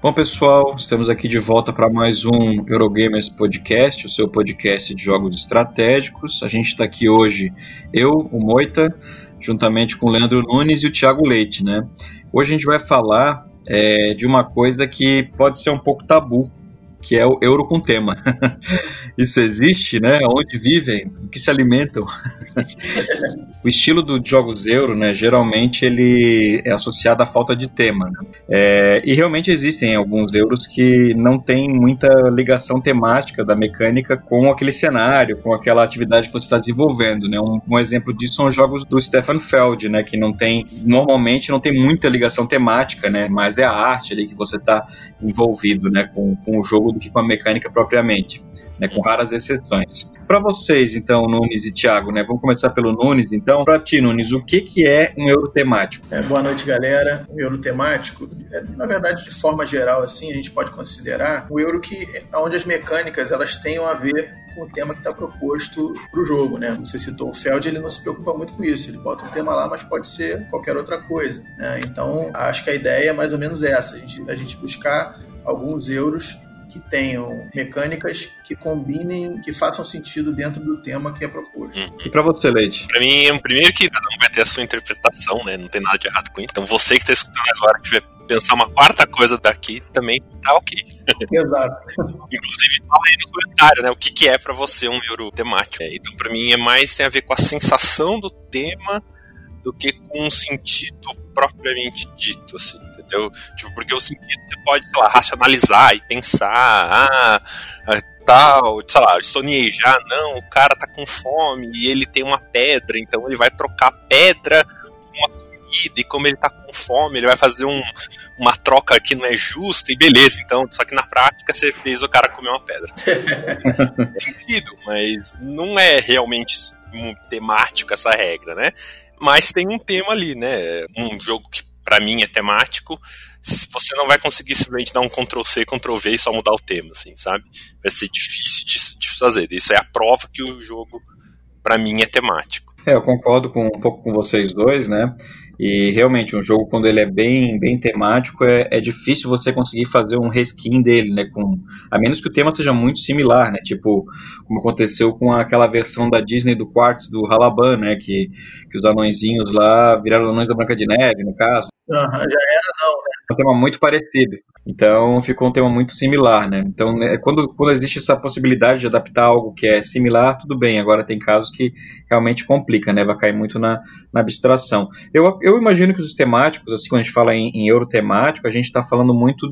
Bom, pessoal, estamos aqui de volta para mais um Eurogamers Podcast, o seu podcast de jogos estratégicos. A gente está aqui hoje, eu, o Moita, juntamente com o Leandro Nunes e o Thiago Leite, né? Hoje a gente vai falar de uma coisa que pode ser um pouco tabu, que é o euro com tema. Isso existe, né? Onde vivem? O que se alimentam? O estilo dos jogos euro, né? Geralmente ele é associado à falta de tema, né? E realmente existem alguns euros que não tem muita ligação temática da mecânica com aquele cenário, com aquela atividade que você está desenvolvendo, né? Um exemplo disso são os jogos do Stefan Feld, né? Que normalmente não tem muita ligação temática, né? Mas é a arte ali que você está envolvido, né? Com o jogo do que com a mecânica propriamente, né, com raras exceções. Para vocês, então, Nunes e Thiago, né, vamos começar pelo Nunes, então. Para ti, Nunes, o que é um euro temático? Boa noite, galera. O euro temático, na verdade, de forma geral, assim, a gente pode considerar um euro onde as mecânicas elas tenham a ver com o tema que está proposto para o jogo, né? Você citou o Feld, ele não se preocupa muito com isso, ele bota um tema lá, mas pode ser qualquer outra coisa, né? Então, acho que a ideia é mais ou menos essa, a gente buscar alguns euros que tenham mecânicas que combinem, que façam sentido dentro do tema que é proposto. E pra você, Leite? Pra mim, primeiro que cada um vai ter a sua interpretação, né? Não tem nada de errado com isso. Então você que tá escutando agora, que vai pensar uma quarta coisa daqui, também tá ok. Exato. Inclusive, fala aí no comentário, né? O que é pra você um euro temático. Então, pra mim, tem a ver com a sensação do tema do que com um sentido propriamente dito, assim, entendeu? Tipo, porque o sentido você pode, sei lá, racionalizar e pensar, tal, sei lá, Stone Age, não, o cara tá com fome e ele tem uma pedra, então ele vai trocar a pedra por uma comida, e como ele tá com fome, ele vai fazer uma troca que não é justa, e beleza, então, só que na prática você fez o cara comer uma pedra. É sentido, mas não é realmente temático essa regra, né? Mas tem um tema ali, né? Um jogo que pra mim é temático, você não vai conseguir simplesmente dar um Ctrl+C, Ctrl+V e só mudar o tema, assim, sabe? Vai ser difícil de fazer. Isso é a prova que o jogo, pra mim, é temático. Eu concordo um pouco com vocês dois, né? E realmente, um jogo, quando ele é bem temático, é difícil você conseguir fazer um reskin dele, né? A menos que o tema seja muito similar, né? Tipo, como aconteceu com aquela versão da Disney do Quartz do Halaban, né? Que os anõezinhos lá viraram anões da Branca de Neve, no caso. Já era não, né? É um tema muito parecido. Então, ficou um tema muito similar, né? Então, quando existe essa possibilidade de adaptar algo que é similar, tudo bem. Agora, tem casos que realmente complica, né? Vai cair muito na abstração. Eu imagino que os temáticos, assim, quando a gente fala em euro temático, a gente está falando muito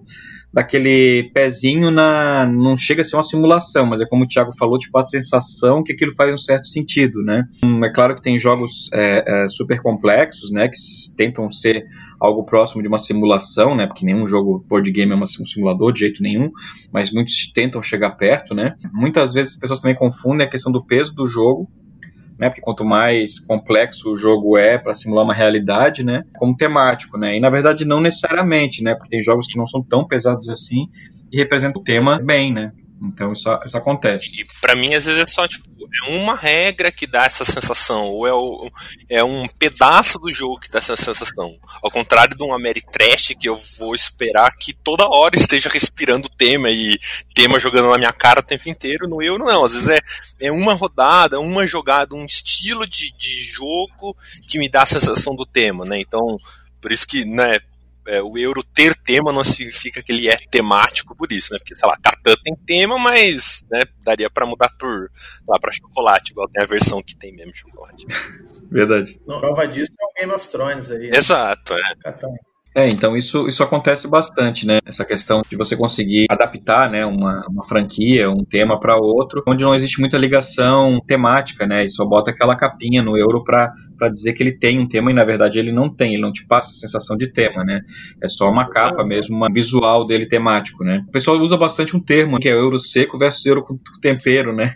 daquele pezinho não chega a ser uma simulação, mas é como o Thiago falou, tipo, a sensação que aquilo faz um certo sentido, né? É claro que tem jogos super complexos, né? Que tentam ser algo próximo de uma simulação, né? Porque nenhum jogo board game é um simulador de jeito nenhum, mas muitos tentam chegar perto, né? Muitas vezes as pessoas também confundem a questão do peso do jogo, né, porque quanto mais complexo o jogo é para simular uma realidade, né, como temático, né, e na verdade não necessariamente, né, porque tem jogos que não são tão pesados assim e representam o tema bem, né, então isso acontece. E pra mim às vezes é só tipo, é uma regra que dá essa sensação, ou é um pedaço do jogo que dá essa sensação, ao contrário de um Ameritrash que eu vou esperar que toda hora esteja respirando tema e tema jogando na minha cara o tempo inteiro. No Euro não, às vezes é uma rodada, uma jogada, um estilo de jogo que me dá a sensação do tema, né, então por isso que, né, o euro ter tema não significa que ele é temático por isso, né? Porque, sei lá, Catan tem tema, mas, né, daria pra mudar pra chocolate, igual tem a versão que tem mesmo chocolate. Verdade. Não, prova disso é o Game of Thrones aí. Né? Exato, Catan. Então isso acontece bastante, né? Essa questão de você conseguir adaptar, né, uma franquia, um tema para outro, onde não existe muita ligação temática, né? E só bota aquela capinha no euro para dizer que ele tem um tema e na verdade ele não tem, ele não te passa a sensação de tema, né? É só uma capa mesmo, uma visual dele temático, né? O pessoal usa bastante um termo que é euro seco versus euro com tempero, né?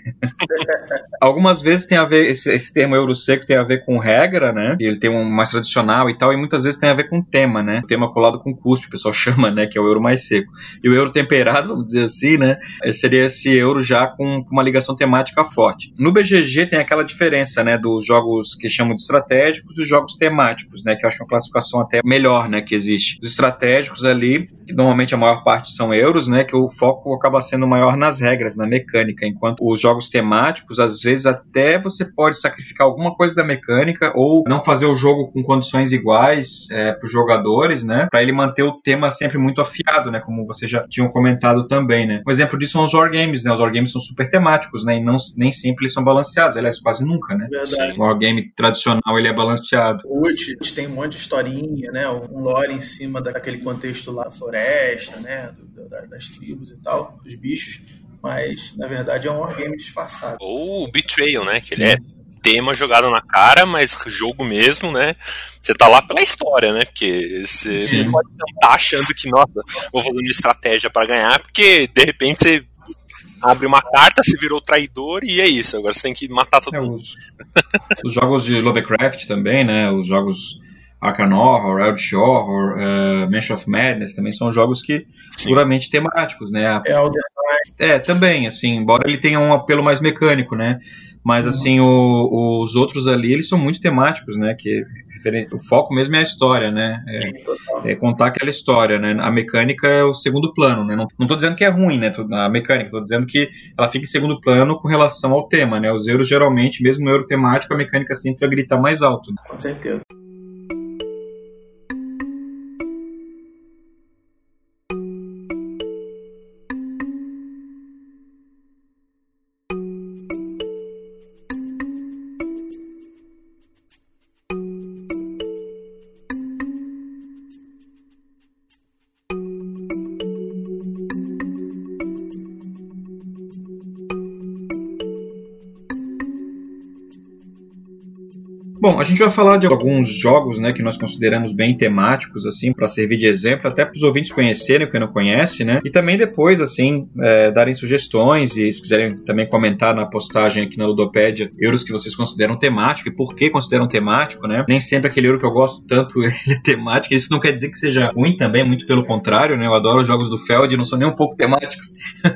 Algumas vezes tem a ver, esse termo euro seco tem a ver com regra, né? Ele tem um mais tradicional e tal, e muitas vezes tem a ver com tema, né? tema colado com cuspe, o pessoal chama, né, que é o euro mais seco. E o euro temperado, vamos dizer assim, né, seria esse euro já com uma ligação temática forte. No BGG tem aquela diferença, né, dos jogos que chamam de estratégicos e os jogos temáticos, né, que eu acho uma classificação até melhor, né, que existe. Os estratégicos ali, que normalmente a maior parte são euros, né, que o foco acaba sendo maior nas regras, na mecânica, enquanto os jogos temáticos, às vezes até você pode sacrificar alguma coisa da mecânica ou não fazer o jogo com condições iguais para os jogadores, né, para ele manter o tema sempre muito afiado, né, como vocês já tinham comentado também, né. Um exemplo disso são os wargames, né, os wargames são super temáticos, né, e nem sempre eles são balanceados, aliás, quase nunca, né. Verdade. O wargame tradicional, ele é balanceado. Hoje, a gente tem um monte de historinha, né, um lore em cima daquele contexto lá da floresta, né, das tribos e tal, dos bichos, mas, na verdade, é um wargame disfarçado. Ou o Betrayal, né, que ele é tema jogado na cara, mas jogo mesmo, né? Você tá lá pela história, né? Porque você não pode estar achando que, nossa, vou fazer uma estratégia pra ganhar, porque de repente você abre uma carta, se virou traidor e é isso. Agora você tem que matar todo mundo. Os jogos de Lovecraft também, né? Os jogos Arkham Horror, Eldritch Horror, Mansion of Madness também são jogos que puramente temáticos, né? Também, assim, embora ele tenha um apelo mais mecânico, né? Mas, assim, os outros ali, eles são muito temáticos, né? Que o foco mesmo é a história, né? É contar aquela história, né? A mecânica é o segundo plano, né? Não tô dizendo que é ruim, né? A mecânica, tô dizendo que ela fica em segundo plano com relação ao tema, né? Os euros, geralmente, mesmo no euro temático, a mecânica sempre vai gritar mais alto. Né? Com certeza. Bom, a gente vai falar de alguns jogos, né, que nós consideramos bem temáticos, assim, para servir de exemplo, até para os ouvintes conhecerem, quem não conhece, né, e também depois, assim, darem sugestões e se quiserem também comentar na postagem aqui na Ludopédia, euros que vocês consideram temático e por que consideram temático, né, nem sempre aquele euro que eu gosto tanto ele é temático, isso não quer dizer que seja ruim também, muito pelo contrário, né, eu adoro os jogos do Feld, não são nem um pouco temáticos.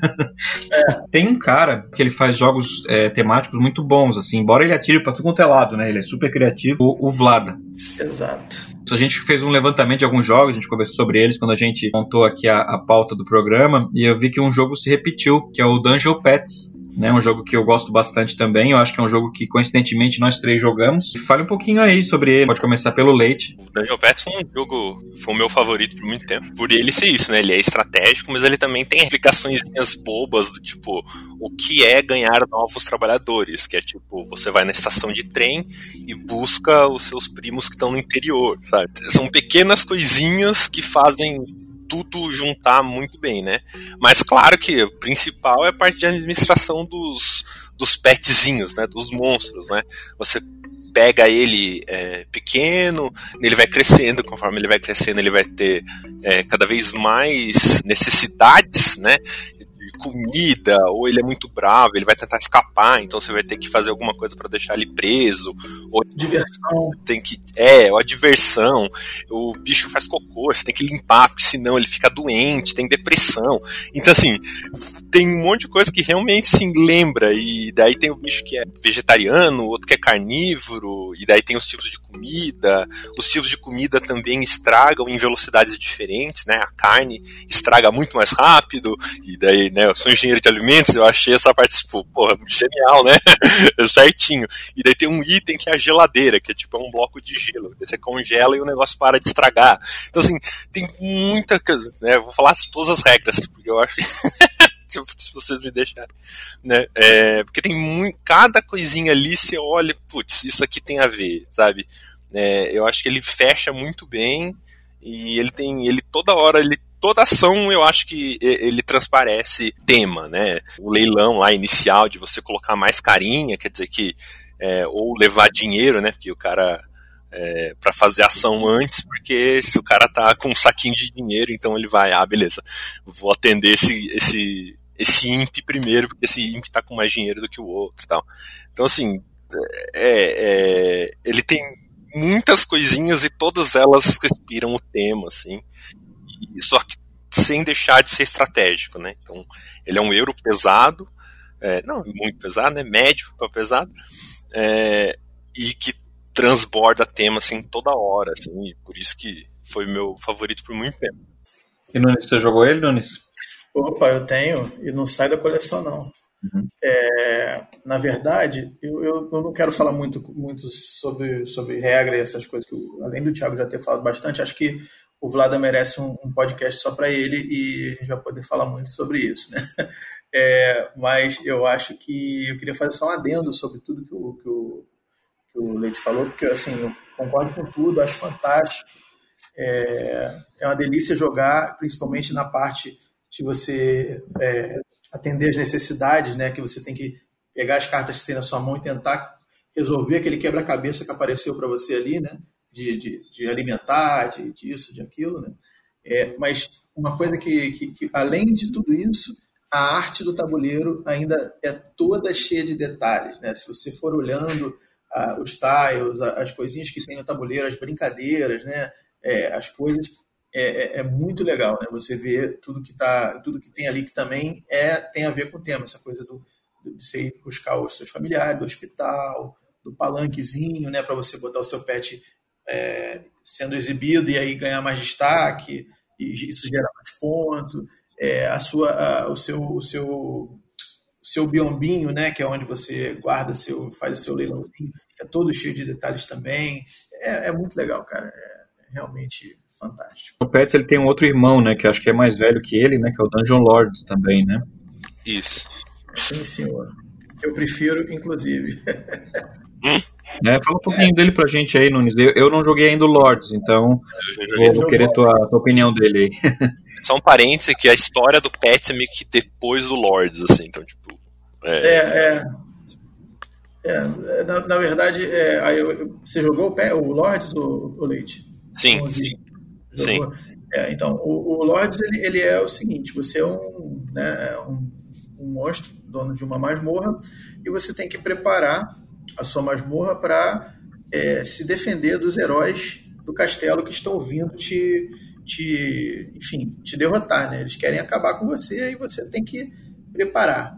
Tem um cara que ele faz jogos temáticos muito bons, assim, embora ele atire para tudo quanto é lado, né, ele é super criativo, o Vlada. Exato. A gente fez um levantamento de alguns jogos, a gente conversou sobre eles quando a gente montou aqui a pauta do programa, e eu vi que um jogo se repetiu, que é o Dungeon Pets, né, um jogo que eu gosto bastante também, eu acho que é um jogo que coincidentemente nós três jogamos. Fale um pouquinho aí sobre ele, pode começar pelo Leite. O Dungeon Pets foi o meu favorito por muito tempo, por ele ser isso, né, ele é estratégico, mas ele também tem explicações bobas do tipo, o que é ganhar novos trabalhadores, que é tipo, você vai na estação de trem e busca os seus primos que estão no interior, sabe? São pequenas coisinhas que fazem tudo juntar muito bem, né? Mas claro que o principal é a parte de administração dos petzinhos, né? Dos monstros, né? Você pega ele pequeno, ele vai crescendo, conforme ele vai crescendo, ele vai ter cada vez mais necessidades, né? Comida, ou ele é muito bravo, ele vai tentar escapar, então você vai ter que fazer alguma coisa para deixar ele preso, ou diversão, ou a diversão, o bicho faz cocô, você tem que limpar, porque senão ele fica doente, tem depressão, então assim, tem um monte de coisa que realmente se lembra, e daí tem o bicho que é vegetariano, outro que é carnívoro, e daí tem os tipos de comida, os tipos de comida também estragam em velocidades diferentes, né, a carne estraga muito mais rápido, e daí, né, eu sou engenheiro de alimentos, eu achei essa parte, tipo, porra, genial, né? Certinho. E daí tem um item que é a geladeira, que é tipo um bloco de gelo. Você congela e o negócio para de estragar. Então, assim, tem muita coisa, né? Eu vou falar todas as regras, porque eu acho que se vocês me deixarem, né? Porque tem cada coisinha ali, você olha, putz, isso aqui tem a ver, sabe? Eu acho que ele fecha muito bem e toda ação eu acho que ele transparece tema, né? O leilão lá inicial de você colocar mais carinha, quer dizer que ou levar dinheiro, né? Porque o cara para fazer ação antes, porque se o cara tá com um saquinho de dinheiro, então ele vai, beleza, vou atender esse imp primeiro, porque esse imp tá com mais dinheiro do que o outro e tal. Então, assim, ele tem muitas coisinhas e todas elas respiram o tema, assim, só que sem deixar de ser estratégico, né? Então, ele é um euro pesado, não muito pesado, né? Médio para pesado, e que transborda tema assim toda hora, assim, e por isso que foi meu favorito por muito tempo. E Nunes, você jogou ele, Nunes? Opa, eu tenho, e não sai da coleção, não. Uhum. Na verdade, eu não quero falar muito sobre regra e essas coisas, que além do Thiago já ter falado bastante, acho que o Vlada merece um podcast só para ele e a gente vai poder falar muito sobre isso, né? Mas eu acho que eu queria fazer só um adendo sobre tudo que o Leite falou, porque assim, eu concordo com tudo, acho fantástico. É uma delícia jogar, principalmente na parte de você atender as necessidades, né? Que você tem que pegar as cartas que tem na sua mão e tentar resolver aquele quebra-cabeça que apareceu para você ali, né? De alimentar, disso, de aquilo, né? Mas uma coisa que, além de tudo isso, a arte do tabuleiro ainda é toda cheia de detalhes, né? Se você for olhando os tiles, as coisinhas que tem no tabuleiro, as brincadeiras, né? As coisas, é muito legal, né? Você vê tudo que tem ali que também tem a ver com o tema, essa coisa de você ir buscar os seus familiares, do hospital, do palanquezinho, né? Para você botar o seu pet sendo exibido e aí ganhar mais destaque, e isso gera mais ponto, o seu biombinho, né, que é onde você faz o seu leilãozinho, é todo cheio de detalhes também, é muito legal, cara, é realmente fantástico. O Pets, ele tem um outro irmão, né, que acho que é mais velho que ele, né, que é o Dungeon Lords também, né? Isso. Sim, senhor. Eu prefiro, inclusive. Fala um pouquinho dele pra gente aí, Nunes. Eu não joguei ainda o Lords, então vou querer tua opinião dele aí. Só um parêntese que a história do Pets é meio que depois do Lords, assim, então, tipo... Na verdade, você jogou o Lords, o Leite? Sim. Então, o Lords, ele é o seguinte, você é um monstro, dono de uma masmorra, e você tem que preparar a sua masmorra para se defender dos heróis do castelo que estão vindo te derrotar, né? Eles querem acabar com você e você tem que preparar.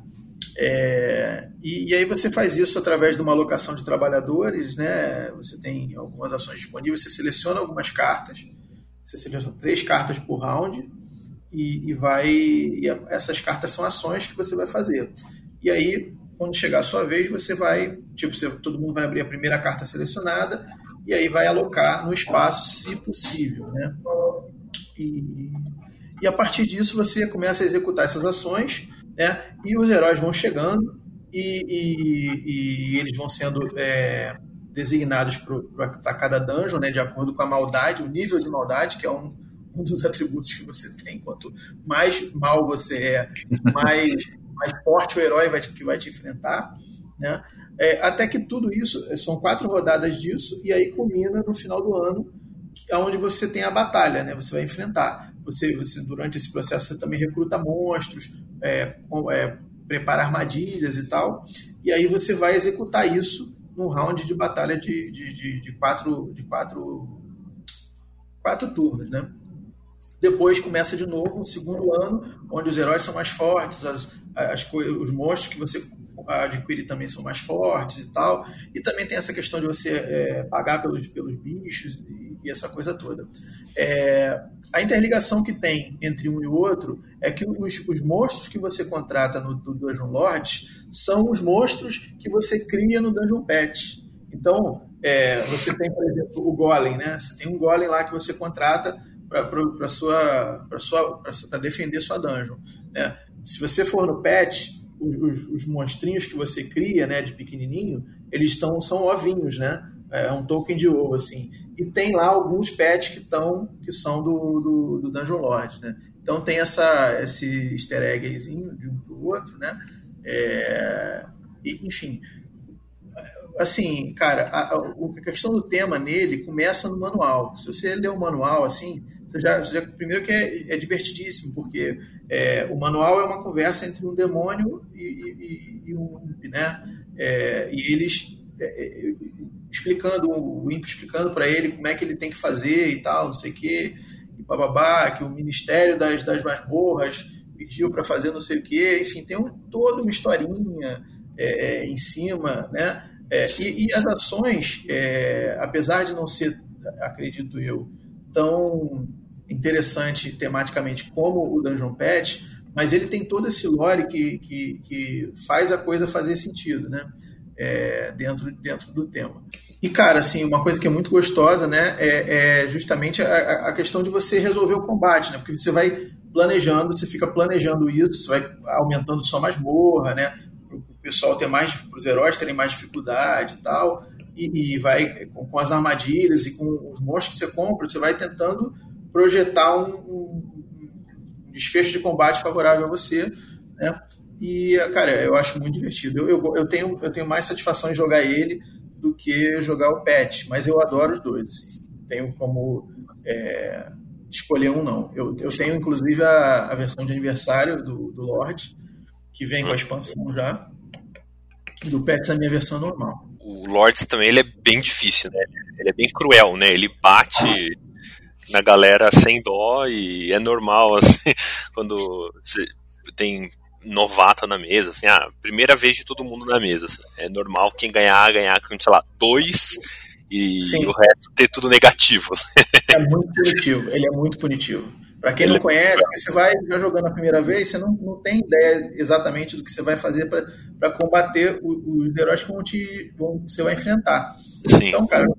E aí você faz isso através de uma alocação de trabalhadores, né? Você tem algumas ações disponíveis, você seleciona algumas cartas, você seleciona 3 cartas por round e essas cartas são ações que você vai fazer. E aí, quando chegar a sua vez, você vai, todo mundo vai abrir a primeira carta selecionada e aí vai alocar no espaço, se possível, né? E a partir disso você começa a executar essas ações, né? E os heróis vão chegando e eles vão sendo designados para cada dungeon, né? De acordo com a maldade, o nível de maldade, que é um dos atributos que você tem. Quanto mais mal você é, mais forte o herói que vai te enfrentar, né? Até que tudo isso, são 4 rodadas disso, e aí culmina no final do ano, onde você tem a batalha, né? Você vai enfrentar. Você durante esse processo, você também recruta monstros, prepara armadilhas e tal, e aí você vai executar isso num round de batalha de 4 turnos, né? Depois começa de novo um segundo ano, onde os heróis são mais fortes, os monstros que você adquire também são mais fortes e tal. E também tem essa questão de você pagar pelos bichos e essa coisa toda. A interligação que tem entre um e o outro é que os monstros que você contrata no Dungeon Lords são os monstros que você cria no Dungeon Pet. Então, você tem, por exemplo, o Golem, né? Você tem um Golem lá que você contrata para defender sua dungeon, né? Se você for no Pet, os monstrinhos que você cria, né, de pequenininho, eles são ovinhos, né? É um token de ovo, assim. E tem lá alguns pets que são do Dungeon Lord, né? Então tem esse easter eggzinho de um pro outro, né? Enfim, assim, cara, a questão do tema nele começa no manual. Se você ler o manual, assim, você já primeiro que é divertidíssimo, porque o manual é uma conversa entre um demônio e um imp, né? E eles explicando, o Imp explicando para ele como é que ele tem que fazer e tal, não sei o quê, e bababá, que o Ministério das Masmorras pediu para fazer não sei o quê, enfim, tem toda uma historinha em cima, né? E as ações, apesar de não ser, acredito eu, tão interessante tematicamente como o Dungeon Patch, mas ele tem todo esse lore que faz a coisa fazer sentido, né? Dentro do tema. E, cara, assim, uma coisa que é muito gostosa, né, é justamente a questão de você resolver o combate, né? Porque você vai planejando, você fica planejando isso, você vai aumentando sua masmorra, né? Para o pessoal ter mais, para os heróis terem mais dificuldade e tal, e vai com as armadilhas e com os monstros que você compra, você vai tentando projetar um desfecho de combate favorável a você, né? E, cara, eu acho muito divertido. Eu tenho mais satisfação em jogar ele do que jogar o patch, mas eu adoro os dois. Assim. Tenho como escolher um, não. Eu tenho, inclusive, a versão de aniversário do Lorde, que vem com a expansão já. Do patch é a minha versão normal. O Lords também ele é bem difícil, né? Ele é bem cruel, né? Ele bate na galera sem dó e é normal, assim, quando você tem novato na mesa, assim, primeira vez de todo mundo na mesa, assim, é normal quem ganhar com, sei lá, 2 e Sim. O resto ter tudo negativo. É muito punitivo, ele é muito punitivo. Pra quem não conhece, você vai jogando a primeira vez, você não tem ideia exatamente do que você vai fazer para combater os heróis que você vai enfrentar. Sim. Então, cara,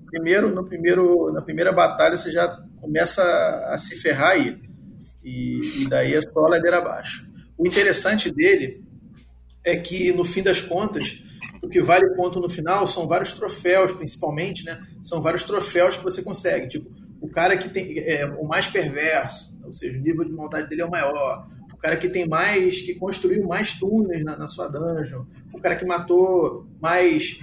na primeira batalha você já começa a se ferrar aí. E daí é só ladeira abaixo. O interessante dele é que, no fim das contas, o que vale ponto no final são vários troféus, principalmente, né? São vários troféus que você consegue. Tipo, o cara que tem o mais perverso, ou seja, o nível de maldade dele é o maior. O cara que que construiu mais túneis na sua dungeon. O cara que matou mais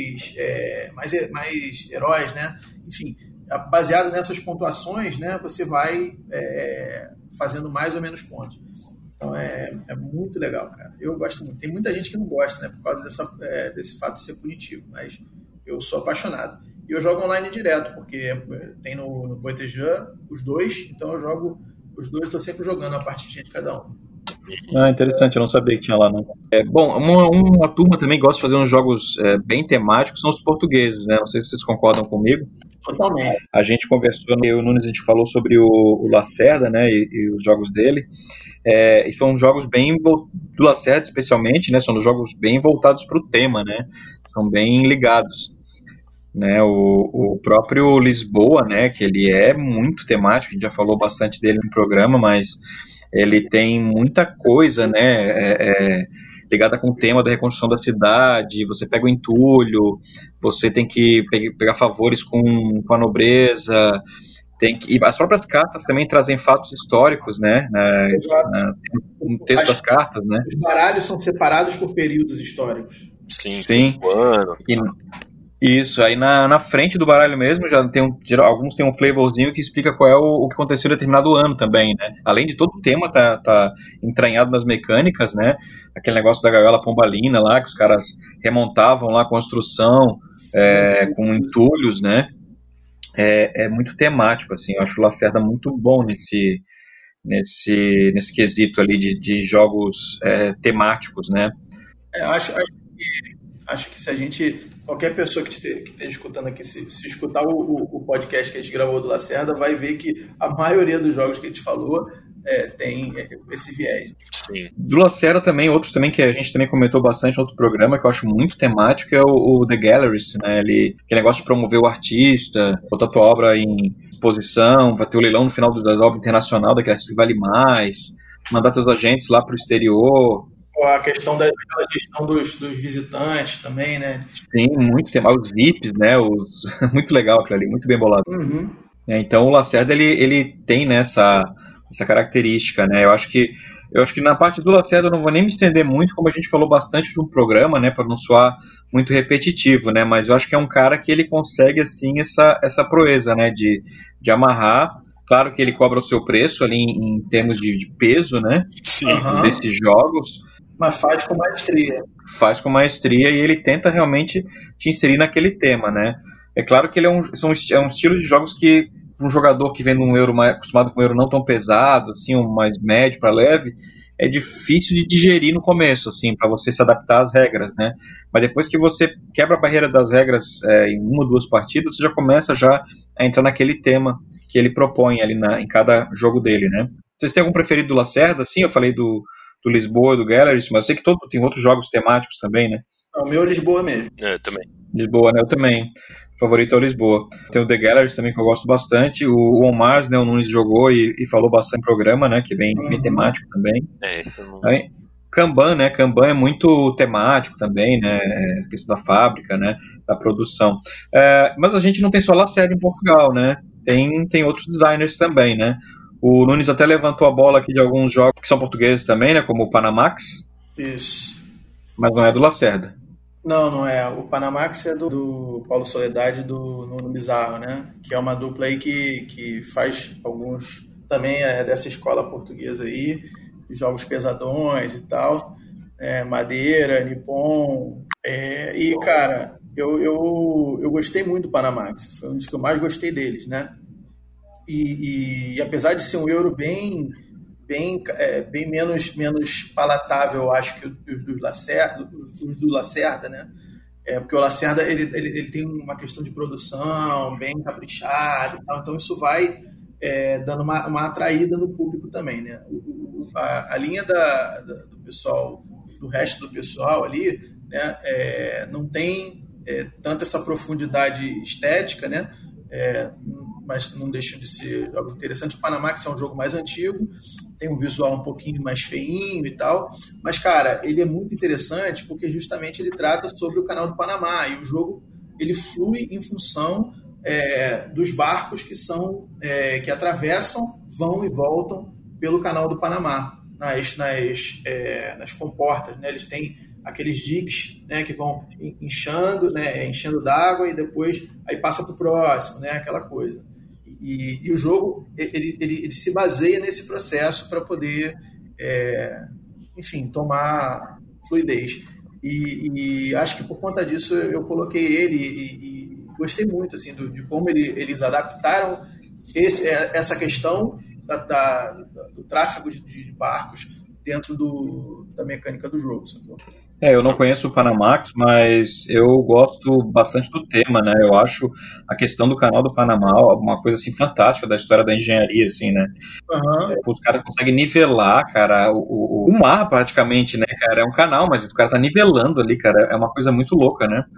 heróis, né? Enfim, baseado nessas pontuações, né? Você vai fazendo mais ou menos pontos. Então é muito legal, cara. Eu gosto muito. Tem muita gente que não gosta, né? Por causa desse fato de ser punitivo. Mas eu sou apaixonado. E eu jogo online direto, porque tem no Boitejan os dois. Então eu jogo os dois, estou sempre jogando a partidinha de cada um. Interessante, eu não sabia que tinha lá, não. Bom, uma turma também gosta de fazer uns jogos bem temáticos, são os portugueses, né? Não sei se vocês concordam comigo. Totalmente. A gente conversou, eu e o Nunes, a gente falou sobre o Lacerda, né? E os jogos dele. E são jogos do Lacerda especialmente, né? São jogos bem voltados para o tema, né? São bem ligados. Né, o próprio Lisboa, né, que ele é muito temático, a gente já falou bastante dele no programa, mas ele tem muita coisa, né, ligada com o tema da reconstrução da cidade. Você pega o entulho, você tem que pegar favores com a nobreza, e as próprias cartas também trazem fatos históricos, né, no texto das cartas, né. Os baralhos são separados por períodos históricos. Sim. Isso, aí na frente do baralho mesmo, alguns tem um flavorzinho que explica qual é o que aconteceu em determinado ano também, né? Além de todo o tema tá entranhado nas mecânicas, né? Aquele negócio da gaiola pombalina lá, que os caras remontavam lá a construção com entulhos, né? É muito temático, assim. Eu acho o Lacerda muito bom nesse quesito ali de jogos temáticos, né? Acho que se a gente, qualquer pessoa que esteja escutando aqui, se escutar o podcast que a gente gravou do Lacerda, vai ver que a maioria dos jogos que a gente falou tem esse viés. Sim. Do Lacerda também, outros também que a gente também comentou bastante no outro programa, que eu acho muito temático, é o The Galleries, né? Aquele negócio de promover o artista, botar a tua obra em exposição, vai ter o leilão no final das obras internacional, daquele artista que vale mais, mandar teus agentes lá pro exterior. A questão da gestão dos visitantes também, né? Sim, muito temático. Os VIPs, né? Muito legal aquilo ali, muito bem bolado. Uhum. Então o Lacerda, ele tem essa característica, né? Eu acho que na parte do Lacerda eu não vou nem me estender muito, como a gente falou bastante de um programa, né? Para não soar muito repetitivo, né? Mas eu acho que é um cara que ele consegue, assim, essa proeza, né? De amarrar. Claro que ele cobra o seu preço ali em termos de peso, né? Sim. Desses jogos. Mas faz com maestria. Faz com maestria e ele tenta realmente te inserir naquele tema, né? É claro que ele é um estilo de jogos que um jogador que vem num euro mais acostumado com um euro não tão pesado, assim, um mais médio para leve, é difícil de digerir no começo, assim, para você se adaptar às regras, né? Mas depois que você quebra a barreira das regras em 1 ou 2 partidas, você já começa a entrar naquele tema que ele propõe ali em cada jogo dele, né? Vocês têm algum preferido do Lacerda? Sim, eu falei do Lisboa e do Galleries, mas eu sei que tem outros jogos temáticos também, né? O meu é Lisboa mesmo. Também. Lisboa, né? Eu também. O favorito é o Lisboa. Tem o The Galleries também, que eu gosto bastante. O Omar, né, o Nunes jogou e falou bastante no programa, né? Que é bem temático também. Aí, Kanban, né? Kanban é muito temático também, né? A questão da fábrica, né? Da produção. Mas a gente não tem só Lacerda em Portugal, né? Tem outros designers também, né? O Nunes até levantou a bola aqui de alguns jogos que são portugueses também, né? Como o Panamax. Isso. Mas não é do Lacerda. Não é. O Panamax é do Paulo Soledade e do Nuno Bizarro, né? Que é uma dupla aí que faz alguns... Também é dessa escola portuguesa aí, jogos pesadões e tal. Madeira, Nippon. E, cara, eu gostei muito do Panamax. Foi um dos que eu mais gostei deles, né? E apesar de ser um euro bem menos palatável, eu acho, que os do Lacerda, né? Porque o Lacerda ele tem uma questão de produção bem caprichada e tal, então isso vai dando uma atraída no público também, né? A linha do pessoal, do resto do pessoal ali, né? Não tem tanto essa profundidade estética, né? Mas não deixam de ser jogos interessantes. O Panamax é um jogo mais antigo, tem um visual um pouquinho mais feinho e tal, mas, cara, ele é muito interessante porque justamente ele trata sobre o Canal do Panamá, e o jogo ele flui em função dos barcos que atravessam, vão e voltam pelo Canal do Panamá, nas comportas, né? Eles têm aqueles diques, né, que vão enchendo d'água e depois aí passa para o próximo, né, aquela coisa. E o jogo ele se baseia nesse processo para poder, enfim, tomar fluidez. E acho que por conta disso eu coloquei ele e gostei muito assim, de como eles adaptaram essa questão do tráfego de barcos dentro da mecânica do jogo, sacou? Eu não conheço o Panamax, mas eu gosto bastante do tema, né? Eu acho a questão do Canal do Panamá uma coisa assim fantástica da história da engenharia, assim, né? Uhum. Os caras conseguem nivelar, cara, o mar praticamente, né, cara? É um canal, mas o cara tá nivelando ali, cara. É uma coisa muito louca, né?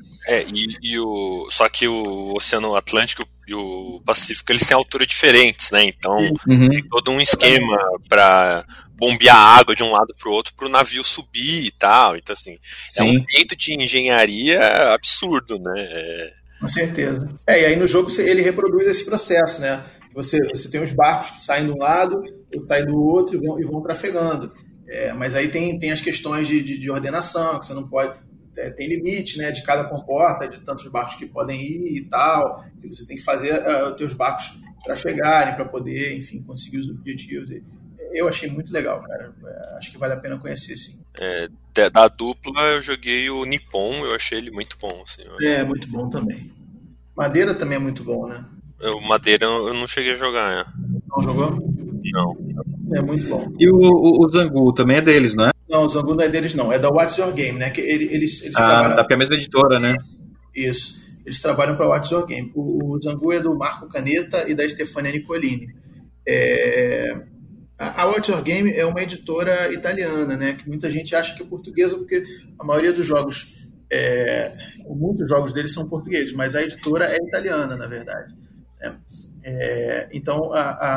Só que o Oceano Atlântico e o Pacífico, eles têm altura diferentes, né? Então tem todo um esquema para bombear água de um lado pro outro pro navio subir e tal. Então, assim, é um jeito de engenharia absurdo, né? Com certeza. E aí no jogo ele reproduz esse processo, né? Você tem os barcos que saem de um lado, saem do outro e vão trafegando. Mas aí tem as questões de ordenação, que você não pode... Tem limite, né, de cada comporta, de tantos barcos que podem ir e tal. E você tem que fazer os teus barcos trafegarem para poder, enfim, conseguir os objetivos. Eu achei muito legal, cara. Acho que vale a pena conhecer, sim. Da dupla, eu joguei o Nippon, eu achei ele muito bom. Assim, muito bom também. Madeira também é muito bom, né? O Madeira eu não cheguei a jogar, né? Não jogou? Não. É muito bom. E o Zangu também é deles, não é? Não, o Zangu não é deles, não. É da What's Your Game, né? Que eles trabalham... porque é a mesma editora, né? Isso. Eles trabalham para o What's Your Game. O Zangu é do Marco Caneta e da Stefania Nicolini. A What's Your Game é uma editora italiana, né? Que muita gente acha que é portuguesa, porque a maioria dos jogos, muitos jogos deles são portugueses, mas a editora é italiana, na verdade. Então,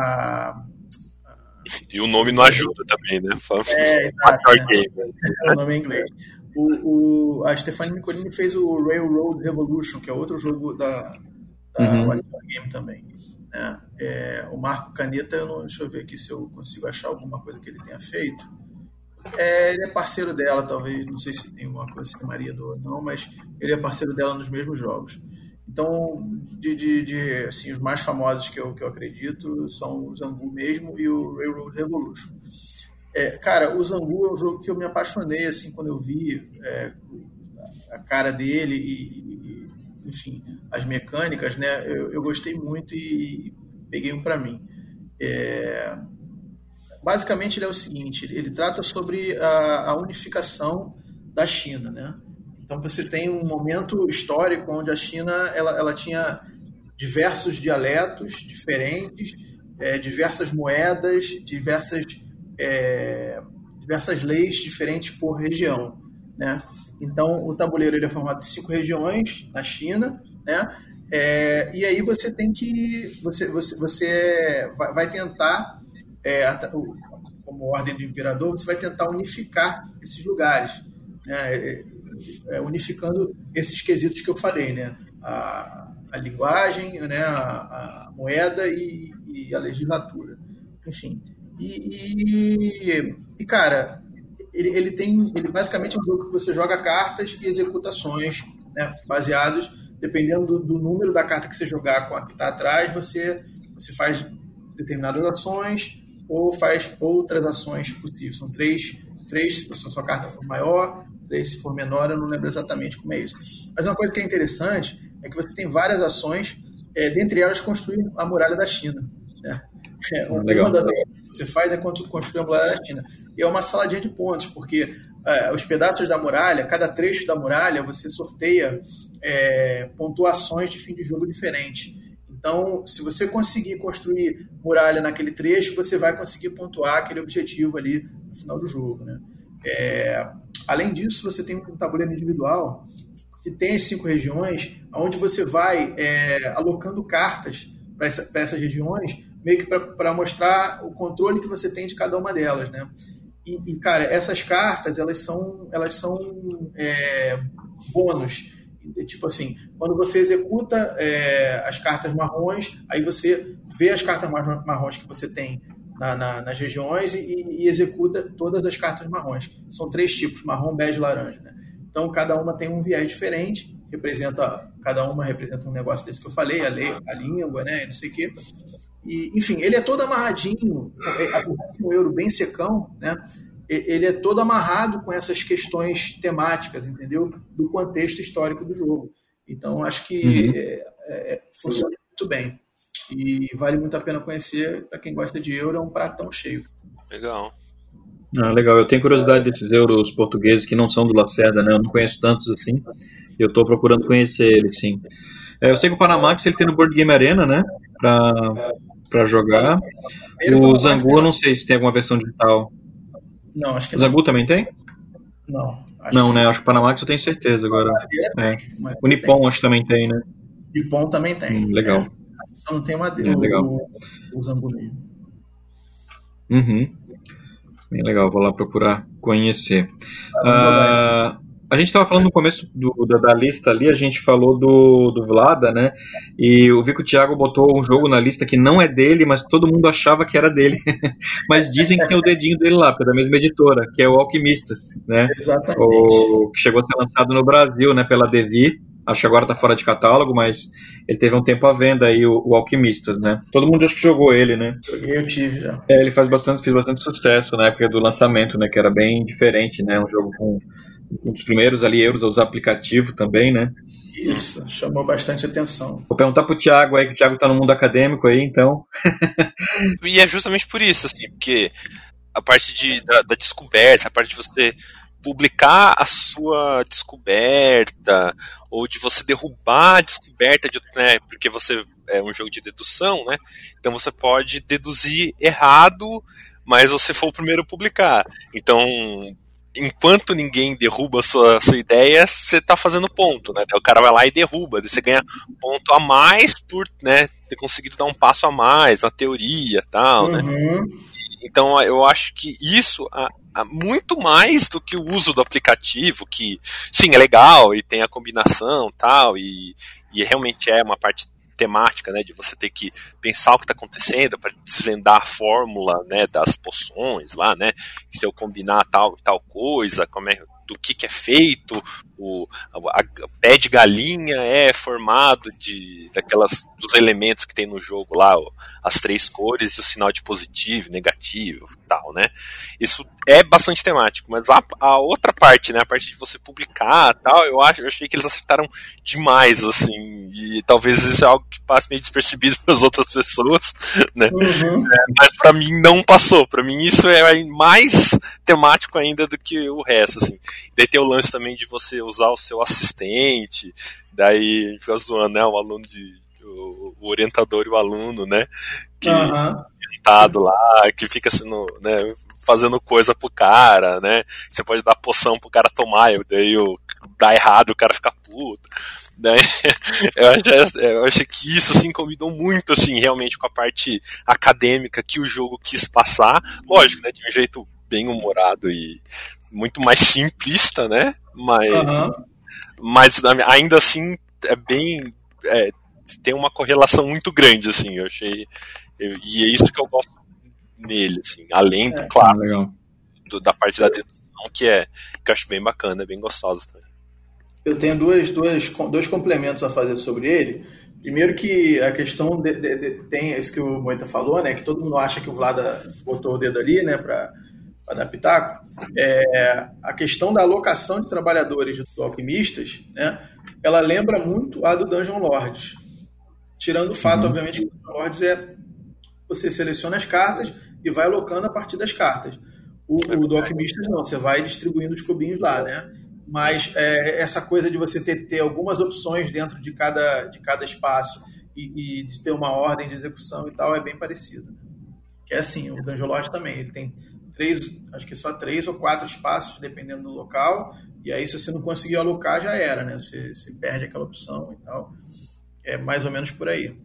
E o nome não ajuda também, né? Exato. O nome é em inglês. A Stefania Nicolini fez o Railroad Revolution, que é outro jogo da What's Your Game também. O Marco Caneta, deixa eu ver aqui se eu consigo achar alguma coisa que ele tenha feito. Ele é parceiro dela, talvez, não sei se tem alguma coisa, se é marido ou não, mas ele é parceiro dela nos mesmos jogos. Então, assim, os mais famosos que eu acredito são o Zangu mesmo e o Railroad Revolution. Cara, o Zangu é um jogo que eu me apaixonei, assim, quando eu vi a cara dele e, enfim, as mecânicas, né? Eu gostei muito e peguei um para mim. Basicamente, ele é o seguinte, ele trata sobre a unificação da China, né? Então, você tem um momento histórico onde a China ela tinha diversos dialetos diferentes, diversas moedas, diversas leis diferentes por região, né? Então, o tabuleiro ele é formado de 5 regiões na China, né? E aí você tem que você vai tentar, como ordem do imperador, você vai tentar unificar esses lugares, né? Unificando esses quesitos que eu falei, né? A linguagem, né? A moeda e a legislatura, enfim. E cara, ele basicamente é um jogo que você joga cartas e executa ações, né, baseados, dependendo do número da carta que você jogar com a que está atrás, você faz determinadas ações ou faz outras ações possíveis. São três se a sua carta for maior, 3 se for menor, eu não lembro exatamente como é isso. Mas uma coisa que é interessante é que você tem várias ações, dentre elas construir a muralha da China, né? Uma das ações que você faz é quando construir a muralha da China. E é uma saladinha de pontos, porque os pedaços da muralha, cada trecho da muralha, você sorteia pontuações de fim de jogo diferentes. Então, se você conseguir construir muralha naquele trecho, você vai conseguir pontuar aquele objetivo ali no final do jogo, né? Além disso, você tem um tabuleiro individual que tem as 5 regiões, onde você vai alocando cartas para essas regiões, meio que para mostrar o controle que você tem de cada uma delas, né? E cara, essas cartas, elas são bônus. Tipo assim, quando você executa as cartas marrons, aí você vê as cartas marrons que você tem nas regiões e executa todas as cartas marrons. São 3 tipos, marrom, bege e laranja, né? Então, cada uma tem um viés diferente, cada uma representa um negócio desse que eu falei, a língua, né, não sei o quê. E, enfim, ele é todo amarradinho, o euro bem secão, né? Ele é todo amarrado com essas questões temáticas, entendeu? Do contexto histórico do jogo. Então, acho que funciona muito bem. E vale muito a pena conhecer. Para quem gosta de euro, é um pratão cheio. Legal. Legal. Eu tenho curiosidade desses euros portugueses que não são do Lacerda, né? Eu não conheço tantos assim. Eu estou procurando conhecer eles, sim. Eu sei que o Panamax ele tem no Board Game Arena, né? Para jogar. O Zangu, eu não sei se tem alguma versão digital. Não, acho que o Zangu também tem? Não. Né? Acho que o Panamax eu tenho certeza agora. O Nippon acho que também tem, né? O Nippon também tem. Legal. Só não tem madeira. O Zangu mesmo. Bem legal, vou lá procurar conhecer. A gente estava falando no começo da lista ali, a gente falou do Vlada, né? E eu vi que o Thiago botou um jogo na lista que não é dele, mas todo mundo achava que era dele. Mas dizem que tem o dedinho dele lá, porque é da mesma editora, que é o Alquimistas, né? Exatamente. Que chegou a ser lançado no Brasil, né? Pela Devi. Acho que agora está fora de catálogo, mas ele teve um tempo à venda aí, o Alquimistas, né? Todo mundo acho que jogou ele, né? Eu tive já. Ele fez bastante sucesso na época do lançamento, né? Que era bem diferente, né? Um jogo com um dos primeiros ali euros a usar aplicativo também, né? Isso, chamou bastante atenção. Vou perguntar pro Thiago aí, que o Thiago tá no mundo acadêmico aí, então. E é justamente por isso, assim, porque a parte da descoberta, a parte de você publicar a sua descoberta, ou de você derrubar a descoberta, né, porque você é um jogo de dedução, né? Então você pode deduzir errado, mas você foi o primeiro a publicar. Então, enquanto ninguém derruba a sua ideia, você tá fazendo ponto, né? O cara vai lá e derruba, daí você ganha ponto a mais por, né, ter conseguido dar um passo a mais na teoria e tal, né? Então eu acho que isso, muito mais do que o uso do aplicativo, que sim, é legal e tem a combinação tal, e realmente é uma parte temática, né, de você ter que pensar o que está acontecendo para desvendar a fórmula, né, das poções lá, né, se eu combinar tal coisa, como é do que é feito, a pé de galinha é formado dos elementos que tem no jogo lá, as 3 cores e o sinal de positivo, negativo e tal, né? Isso é bastante temático, mas a outra parte, né, a parte de você publicar e tal, eu achei que eles acertaram demais, assim, e talvez isso é algo que passe meio despercebido para as outras pessoas, né? Uhum. Mas para mim não passou, para mim isso é mais temático ainda do que o resto, assim. Daí tem o lance também de você usar o seu assistente, daí a gente fica zoando, né, o orientador e o aluno, né, que orientado lá, que fica sendo, né, fazendo coisa pro cara, né, você pode dar poção pro cara tomar, daí dá errado, o cara fica puto, né, eu acho que isso, assim, combinou muito, assim, realmente com a parte acadêmica que o jogo quis passar, lógico, né, de um jeito bem humorado e muito mais simplista, né, mas ainda assim é bem... tem uma correlação muito grande, assim, eu achei, e é isso que eu gosto nele, assim, além do, claro, da parte da dedução, que eu acho bem bacana, bem gostosa também. Eu tenho dois complementos a fazer sobre ele. Primeiro que a questão tem isso que o Moita falou, né, que todo mundo acha que o Vlada botou o dedo ali, né, para dar pitaco. A questão da alocação de trabalhadores do Alquimistas, né, ela lembra muito a do Dungeon Lords. Tirando o fato, obviamente, que o Dungeon Lords você seleciona as cartas e vai alocando a partir das cartas. O do Alquimistas não, você vai distribuindo os cubinhos lá, né? Mas essa coisa de você ter algumas opções dentro de cada espaço e de ter uma ordem de execução e tal é bem parecido. Que é assim, o Dungeon Lords também, ele tem acho que só 3 ou 4 espaços, dependendo do local, e aí se você não conseguir alocar, já era, né? Você perde aquela opção e tal. É mais ou menos por aí.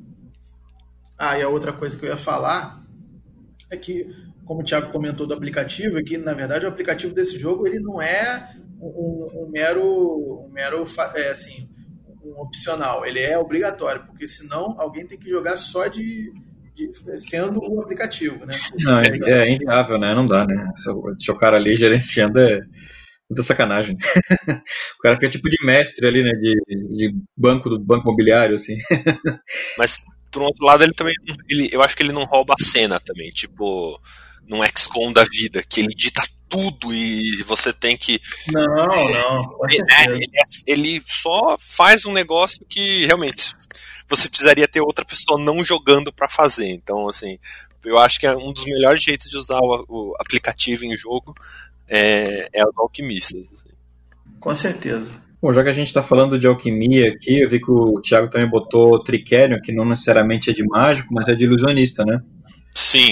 E a outra coisa que eu ia falar é que, como o Thiago comentou do aplicativo, é que, na verdade, o aplicativo desse jogo ele não é um mero assim, um opcional. Ele é obrigatório, porque senão alguém tem que jogar só sendo o aplicativo, né? Não, é inviável, né? Não dá, né? Se o cara ali gerenciando é muita sacanagem. O cara fica tipo de mestre ali, né? De banco do banco imobiliário, assim. Mas, por outro lado, ele também. Eu acho que ele não rouba a cena também. Tipo, num XCOM da vida, que ele dita tudo e você tem que. Não. Ele só faz um negócio que realmente você precisaria ter outra pessoa não jogando pra fazer. Então, assim, eu acho que é um dos melhores jeitos de usar o aplicativo em jogo é o do Alquimistas. Assim. Com certeza. Bom, já que a gente está falando de alquimia aqui, eu vi que o Thiago também botou Tricerion, que não necessariamente é de mágico, mas é de ilusionista, né? Sim,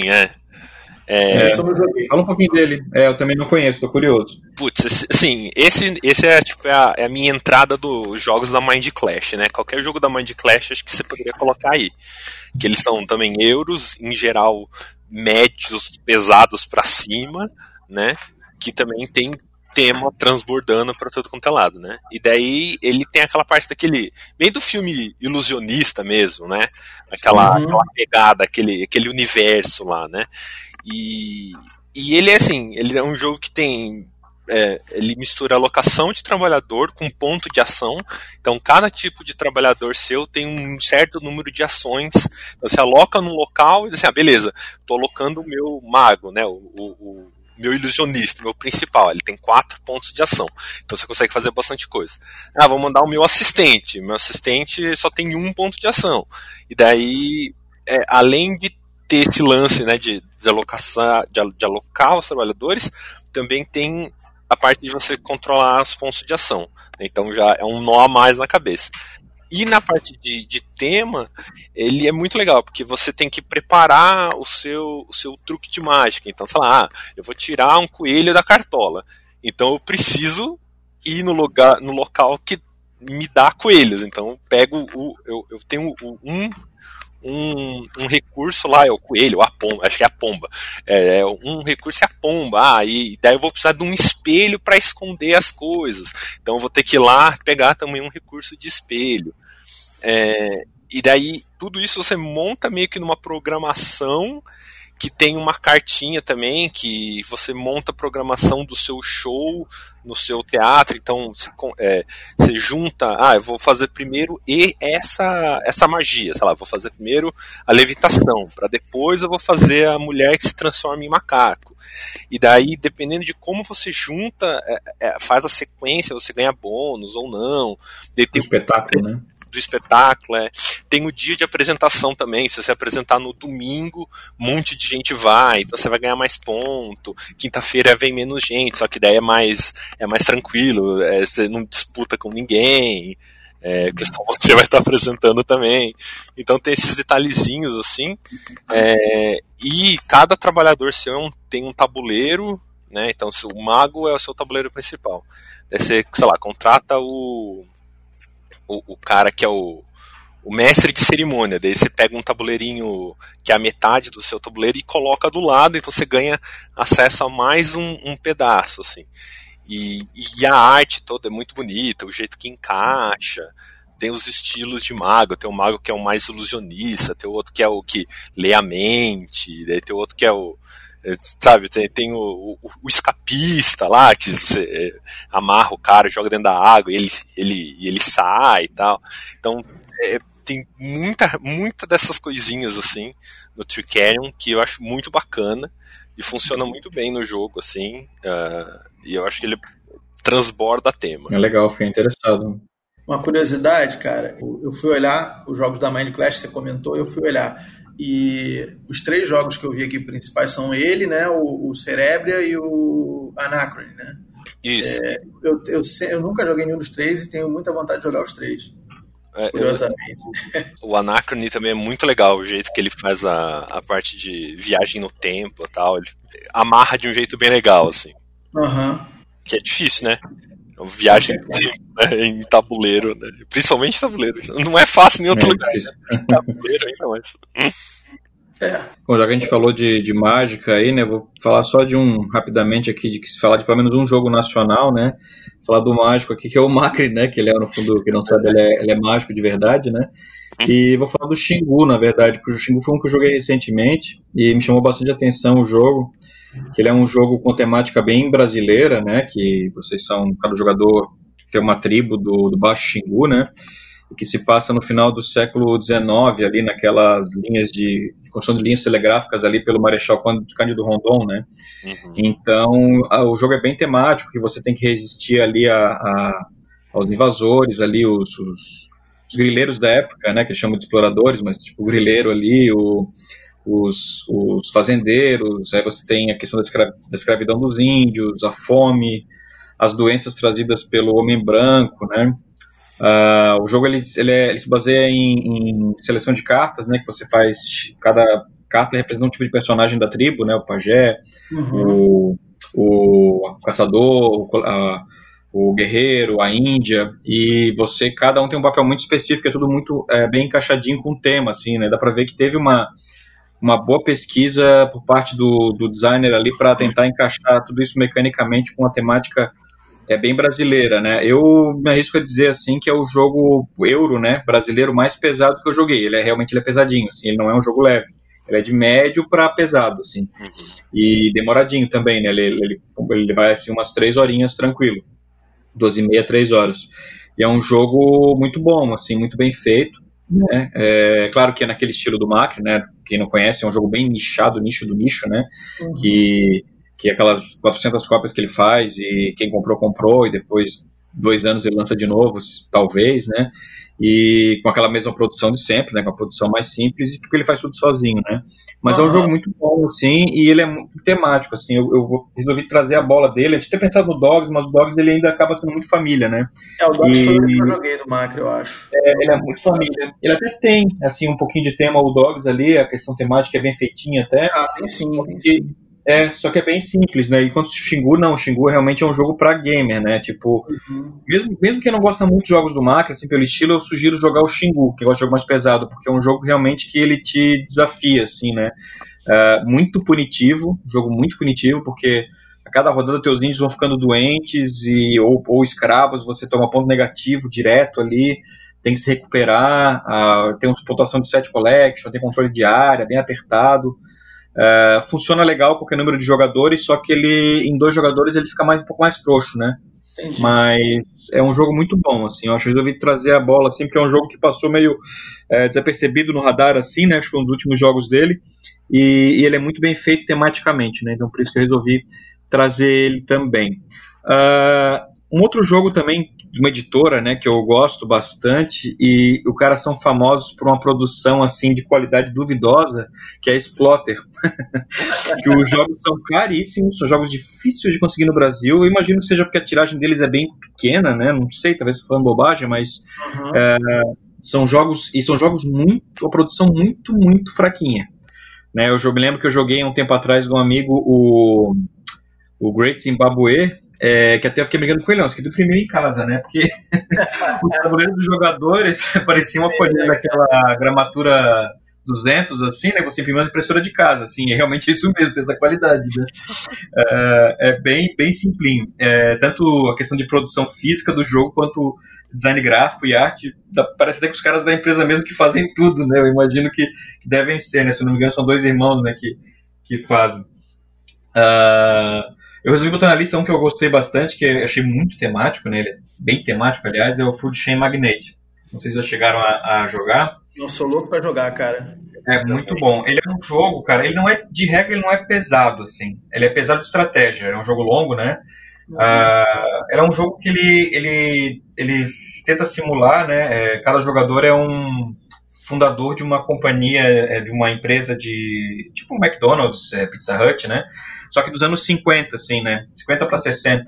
Fala um pouquinho dele. Eu também não conheço, tô curioso. Putz, assim, esse é tipo a minha entrada dos jogos da Mind Clash, né? Qualquer jogo da Mind Clash acho que você poderia colocar aí. Que eles são também euros, em geral médios, pesados pra cima, né? Que também tem tema transbordando pra todo quanto é lado, né? E daí ele tem aquela parte daquele, bem do filme ilusionista mesmo, né? Aquela pegada, aquele universo lá, né? E ele é assim, ele é um jogo que tem ele mistura alocação de trabalhador com ponto de ação. Então cada tipo de trabalhador seu tem um certo número de ações. Então você aloca num local e diz assim, beleza, tô alocando o meu mago, né, o meu ilusionista, meu principal, ele tem 4 pontos de ação, então você consegue fazer bastante coisa. Vou mandar o meu assistente só tem 1 ponto de ação, e daí além de ter esse lance, né, de alocar os trabalhadores, também tem a parte de você controlar os pontos de ação, então já é um nó a mais na cabeça. E na parte de tema, ele é muito legal, porque você tem que preparar o seu truque de mágica. Então, sei lá, eu vou tirar um coelho da cartola. Então eu preciso ir no local que me dá coelhos. Então eu pego eu tenho um recurso lá, é o coelho, a pomba, acho que é a pomba. Um recurso é a pomba, e daí eu vou precisar de um espelho para esconder as coisas. Então eu vou ter que ir lá pegar também um recurso de espelho. E daí tudo isso você monta meio que numa programação que tem uma cartinha também que você monta a programação do seu show no seu teatro, então você junta, eu vou fazer primeiro essa magia, sei lá, vou fazer primeiro a levitação, para depois eu vou fazer a mulher que se transforma em macaco. E daí, dependendo de como você junta, faz a sequência, você ganha bônus ou não. Daí tem espetáculo, né? Do espetáculo, tem o dia de apresentação também. Se você apresentar no domingo, um monte de gente vai, então você vai ganhar mais ponto. Quinta-feira vem menos gente, só que daí é mais tranquilo, você não disputa com ninguém, você vai estar apresentando também. Então tem esses detalhezinhos assim, e cada trabalhador seu tem um tabuleiro, né? Então o mago é o seu tabuleiro principal. Daí você, sei lá, contrata o cara que é o mestre de cerimônia, daí você pega um tabuleirinho que é a metade do seu tabuleiro e coloca do lado, então você ganha acesso a mais um pedaço, assim. E a arte toda é muito bonita, o jeito que encaixa, tem os estilos de mago, tem um mago que é o mais ilusionista, tem o outro que é o que lê a mente, daí tem o outro que é o, sabe, tem o escapista lá, que você amarra o cara, joga dentro da água e ele sai e tal. Então tem muita dessas coisinhas assim no Trickerion que eu acho muito bacana e funciona muito bem no jogo, assim, e eu acho que ele transborda tema. É legal, fiquei interessado. Uma curiosidade, cara, eu fui olhar os jogos da Mind Clash, você comentou, eu fui olhar. E os 3 jogos que eu vi aqui principais são ele, né, o Cerebria e o Anachrony, né? Isso. Eu nunca joguei nenhum dos 3 e tenho muita vontade de jogar os 3. Curiosamente. O Anachrony também é muito legal, o jeito que ele faz a parte de viagem no tempo e tal. Ele amarra de um jeito bem legal, assim. Uhum. Que é difícil, né? Viagem em tabuleiro, né? Principalmente tabuleiro. Não é fácil em outro lugar. Né? Tabuleiro ainda mais. Bom, já que a gente falou de mágica aí, né? Vou falar só de rapidamente aqui, de que se falar de pelo menos um jogo nacional, né? Falar do mágico aqui, que é o Macri, né? Que ele é, no fundo, quem não sabe, ele é mágico de verdade, né? E vou falar do Xingu, na verdade, porque o Xingu foi um que eu joguei recentemente e me chamou bastante atenção o jogo. Que ele é um jogo com temática bem brasileira, né, que cada jogador tem uma tribo do Baixo Xingu, né, que se passa no final do século XIX, ali naquelas linhas de construção de linhas telegráficas ali pelo Marechal Cândido Rondon, né. Uhum. Então, o jogo é bem temático, que você tem que resistir ali aos invasores, ali os grileiros da época, né, que eles chamam de exploradores, mas tipo o grileiro ali, os fazendeiros, aí você tem a questão da escravidão dos índios, a fome, as doenças trazidas pelo homem branco, né? O jogo ele se baseia em seleção de cartas, né? Que você faz, cada carta representa um tipo de personagem da tribo, né? O pajé, o caçador, o guerreiro, a índia, e cada um tem um papel muito específico, é tudo muito bem encaixadinho com o tema, assim, né? Dá pra ver que teve uma boa pesquisa por parte do designer ali para tentar encaixar tudo isso mecanicamente com a temática bem brasileira, né? Eu me arrisco a dizer assim que é o jogo euro, né, brasileiro mais pesado que eu joguei. Ele realmente é pesadinho, assim, ele não é um jogo leve. Ele é de médio para pesado, assim. E demoradinho também, né? Ele vai assim umas 3 horinhas tranquilo. 2h30, 3 horas. E é um jogo muito bom, assim, muito bem feito. Né? Claro que é naquele estilo do Macri, né? Quem não conhece, é um jogo bem nichado, nicho do nicho, né? Que aquelas 400 cópias que ele faz e quem comprou e depois 2 anos ele lança de novo, talvez, né? E com aquela mesma produção de sempre, né? Com a produção mais simples e porque ele faz tudo sozinho, né? Mas é um jogo muito bom, assim, e ele é muito temático, assim. Eu resolvi trazer a bola dele. Eu tinha pensado no Dogs, mas o Dogs ele ainda acaba sendo muito família, né? O Dogs foi o que eu joguei do Macri, eu acho. Ele é muito família. Ele até tem, assim, um pouquinho de tema, o Dogs ali, a questão temática é bem feitinha até. Tem sim. Só que é bem simples, né? Enquanto o Xingu não, o Xingu realmente é um jogo pra gamer, né? Tipo, mesmo quem não gosta muito de jogos do Macri, assim, pelo estilo, eu sugiro jogar o Xingu, que eu gosto de jogo mais pesado, porque é um jogo realmente que ele te desafia, assim, né? Muito punitivo, jogo muito punitivo, porque a cada rodada teus índios vão ficando doentes ou escravos, você toma ponto negativo direto ali, tem que se recuperar, tem uma pontuação de set collection, tem controle de área, bem apertado. Funciona legal qualquer número de jogadores, só que ele, em 2 jogadores, ele fica um pouco mais frouxo, né? Entendi. Mas é um jogo muito bom, assim. Eu acho que eu resolvi trazer a bola, assim, porque é um jogo que passou meio desapercebido no radar, assim, né? Acho que foi um dos últimos jogos dele. E ele é muito bem feito tematicamente, né? Então por isso que eu resolvi trazer ele também. Um outro jogo também de uma editora, né, que eu gosto bastante, e os caras são famosos por uma produção assim de qualidade duvidosa, que é a Splotter. Que os jogos são caríssimos, são jogos difíceis de conseguir no Brasil. Eu imagino que seja porque a tiragem deles é bem pequena, né? Não sei, talvez estou falando bobagem, mas são jogos muito, a produção muito, muito fraquinha. Né? Eu me lembro que eu joguei um tempo atrás de um amigo o Great Zimbabwe, que até eu fiquei brigando com ele, que tu imprimiu em casa, né? Porque os tabuleiros dos jogadores pareciam uma folhinha daquela gramatura 200, assim, né? Você imprimiu na impressora de casa, assim, é realmente isso mesmo, tem essa qualidade, né? É bem, bem simplinho. Tanto a questão de produção física do jogo, quanto design gráfico e arte, parece até que os caras da empresa mesmo que fazem tudo, né? Eu imagino que devem ser, né? Se eu não me engano, são 2 irmãos, né, que fazem. Eu resolvi botar na lista um que eu gostei bastante, que eu achei muito temático, né? Ele é bem temático, aliás, é o Food Chain Magnate. Não sei se já chegaram a jogar. Eu sou louco pra jogar, cara. É muito bom. Ele é um jogo, cara, ele não é, de regra, ele não é pesado, assim. Ele é pesado de estratégia, é um jogo longo, né? Ele é um jogo que ele tenta simular, né? Cada jogador é um fundador de uma companhia, de uma empresa de tipo um McDonald's, Pizza Hut, né? Só que dos anos 50, assim, né? 50 para 60.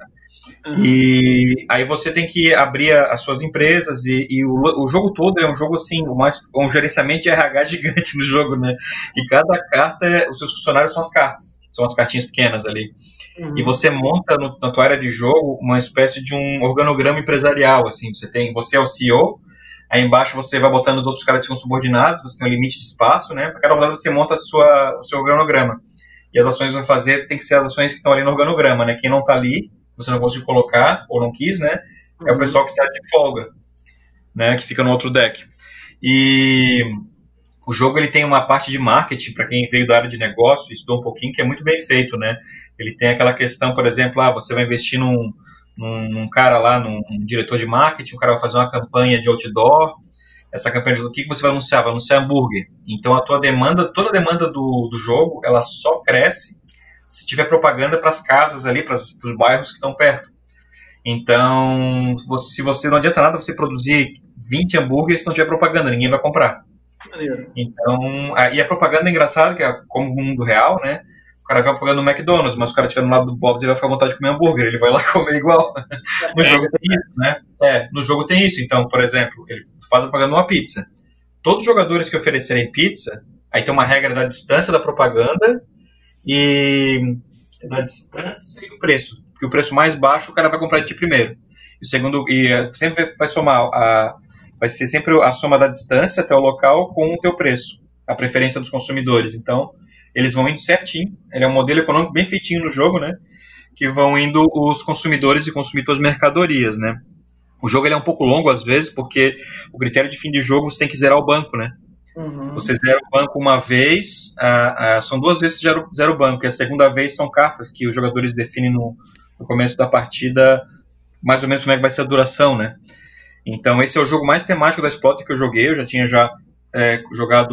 E aí você tem que abrir as suas empresas e o jogo todo é um jogo assim, um gerenciamento de RH gigante no jogo, né? E cada carta, os seus funcionários são as cartas, são as cartinhas pequenas ali. E você monta na tua área de jogo uma espécie de um organograma empresarial, assim. Você é o CEO, aí embaixo você vai botando os outros caras que ficam subordinados, você tem um limite de espaço, né? Para cada rodada você monta o seu organograma. E as ações que você vai fazer tem que ser as ações que estão ali no organograma, né? Quem não está ali, você não conseguiu colocar, ou não quis, né? É o pessoal que está de folga, né? Que fica no outro deck. E o jogo ele tem uma parte de marketing, para quem veio da área de negócio e estudou um pouquinho, que é muito bem feito, né? Ele tem aquela questão, por exemplo, você vai investir num cara lá, num diretor de marketing, o cara vai fazer uma campanha de outdoor. Essa campanha de outdoor, o que você vai anunciar? Vai anunciar hambúrguer. Então a tua demanda, toda a demanda do jogo, ela só cresce se tiver propaganda para as casas ali, para os bairros que estão perto. Então, se você não adianta nada você produzir 20 hambúrgueres se não tiver propaganda, ninguém vai comprar. Então, e a propaganda é engraçada, que é como no mundo real, né? O cara vai propaganda no McDonald's, mas se o cara estiver no lado do Bob's, ele vai ficar à vontade de comer hambúrguer, ele vai lá comer igual. No jogo tem isso, né? No jogo tem isso. Então, por exemplo, ele faz a propaganda numa pizza. Todos os jogadores que oferecerem pizza, aí tem uma regra da distância da propaganda e da distância e o preço. Porque o preço mais baixo o cara vai comprar de ti primeiro. E o segundo, sempre vai somar vai ser sempre a soma da distância até o local com o teu preço, a preferência dos consumidores. Então, eles vão indo certinho. Ele é um modelo econômico bem feitinho no jogo, né? Que vão indo os consumidores e consumir suas mercadorias, né? O jogo ele é um pouco longo às vezes, porque o critério de fim de jogo você tem que zerar o banco, né? Você zera o banco uma vez, são 2 vezes que zera o banco, e a segunda vez são cartas que os jogadores definem no começo da partida, mais ou menos como é que vai ser a duração, né? Então esse é o jogo mais temático da Splotter que eu joguei. Eu já tinha jogado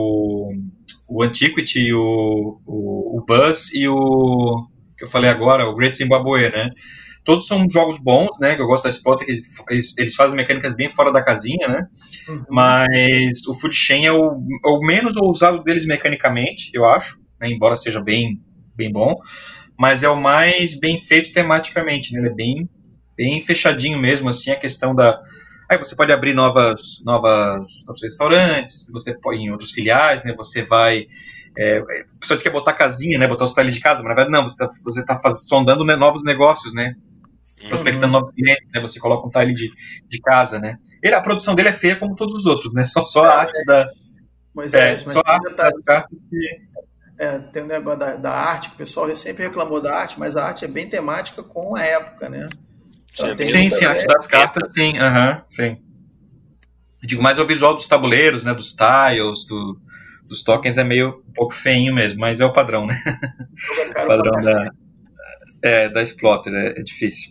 o Antiquity, o Buzz e o que eu falei agora, o Great Zimbabwe, né? Todos são jogos bons, né? Que eu gosto da Splotter, que eles fazem mecânicas bem fora da casinha, né? Mas o Food Chain é o menos ousado deles mecanicamente, eu acho, né? Embora seja bem, bem bom, mas é o mais bem feito tematicamente, né? Ele é bem, bem fechadinho mesmo, assim, a questão da... Aí você pode abrir novos restaurantes, você pode em outros filiais, né? Você vai... a pessoa diz que quer botar casinha, né? Botar os tiles de casa, mas na verdade não, você tá sondando, né, novos negócios, né? Prospectando novos clientes, né? Você coloca um tile de casa, né? A produção dele é feia como todos os outros, né? Só a arte da... só a arte das cartas que... tem um negócio da arte, que o pessoal sempre reclamou da arte, mas a arte é bem temática com a época, né? Sim, a arte das cartas, sim. Sim. Eu digo mais o visual dos tabuleiros, né? Dos tiles, dos tokens é meio um pouco feinho mesmo, mas é o padrão, né? O padrão da Splotter, é difícil.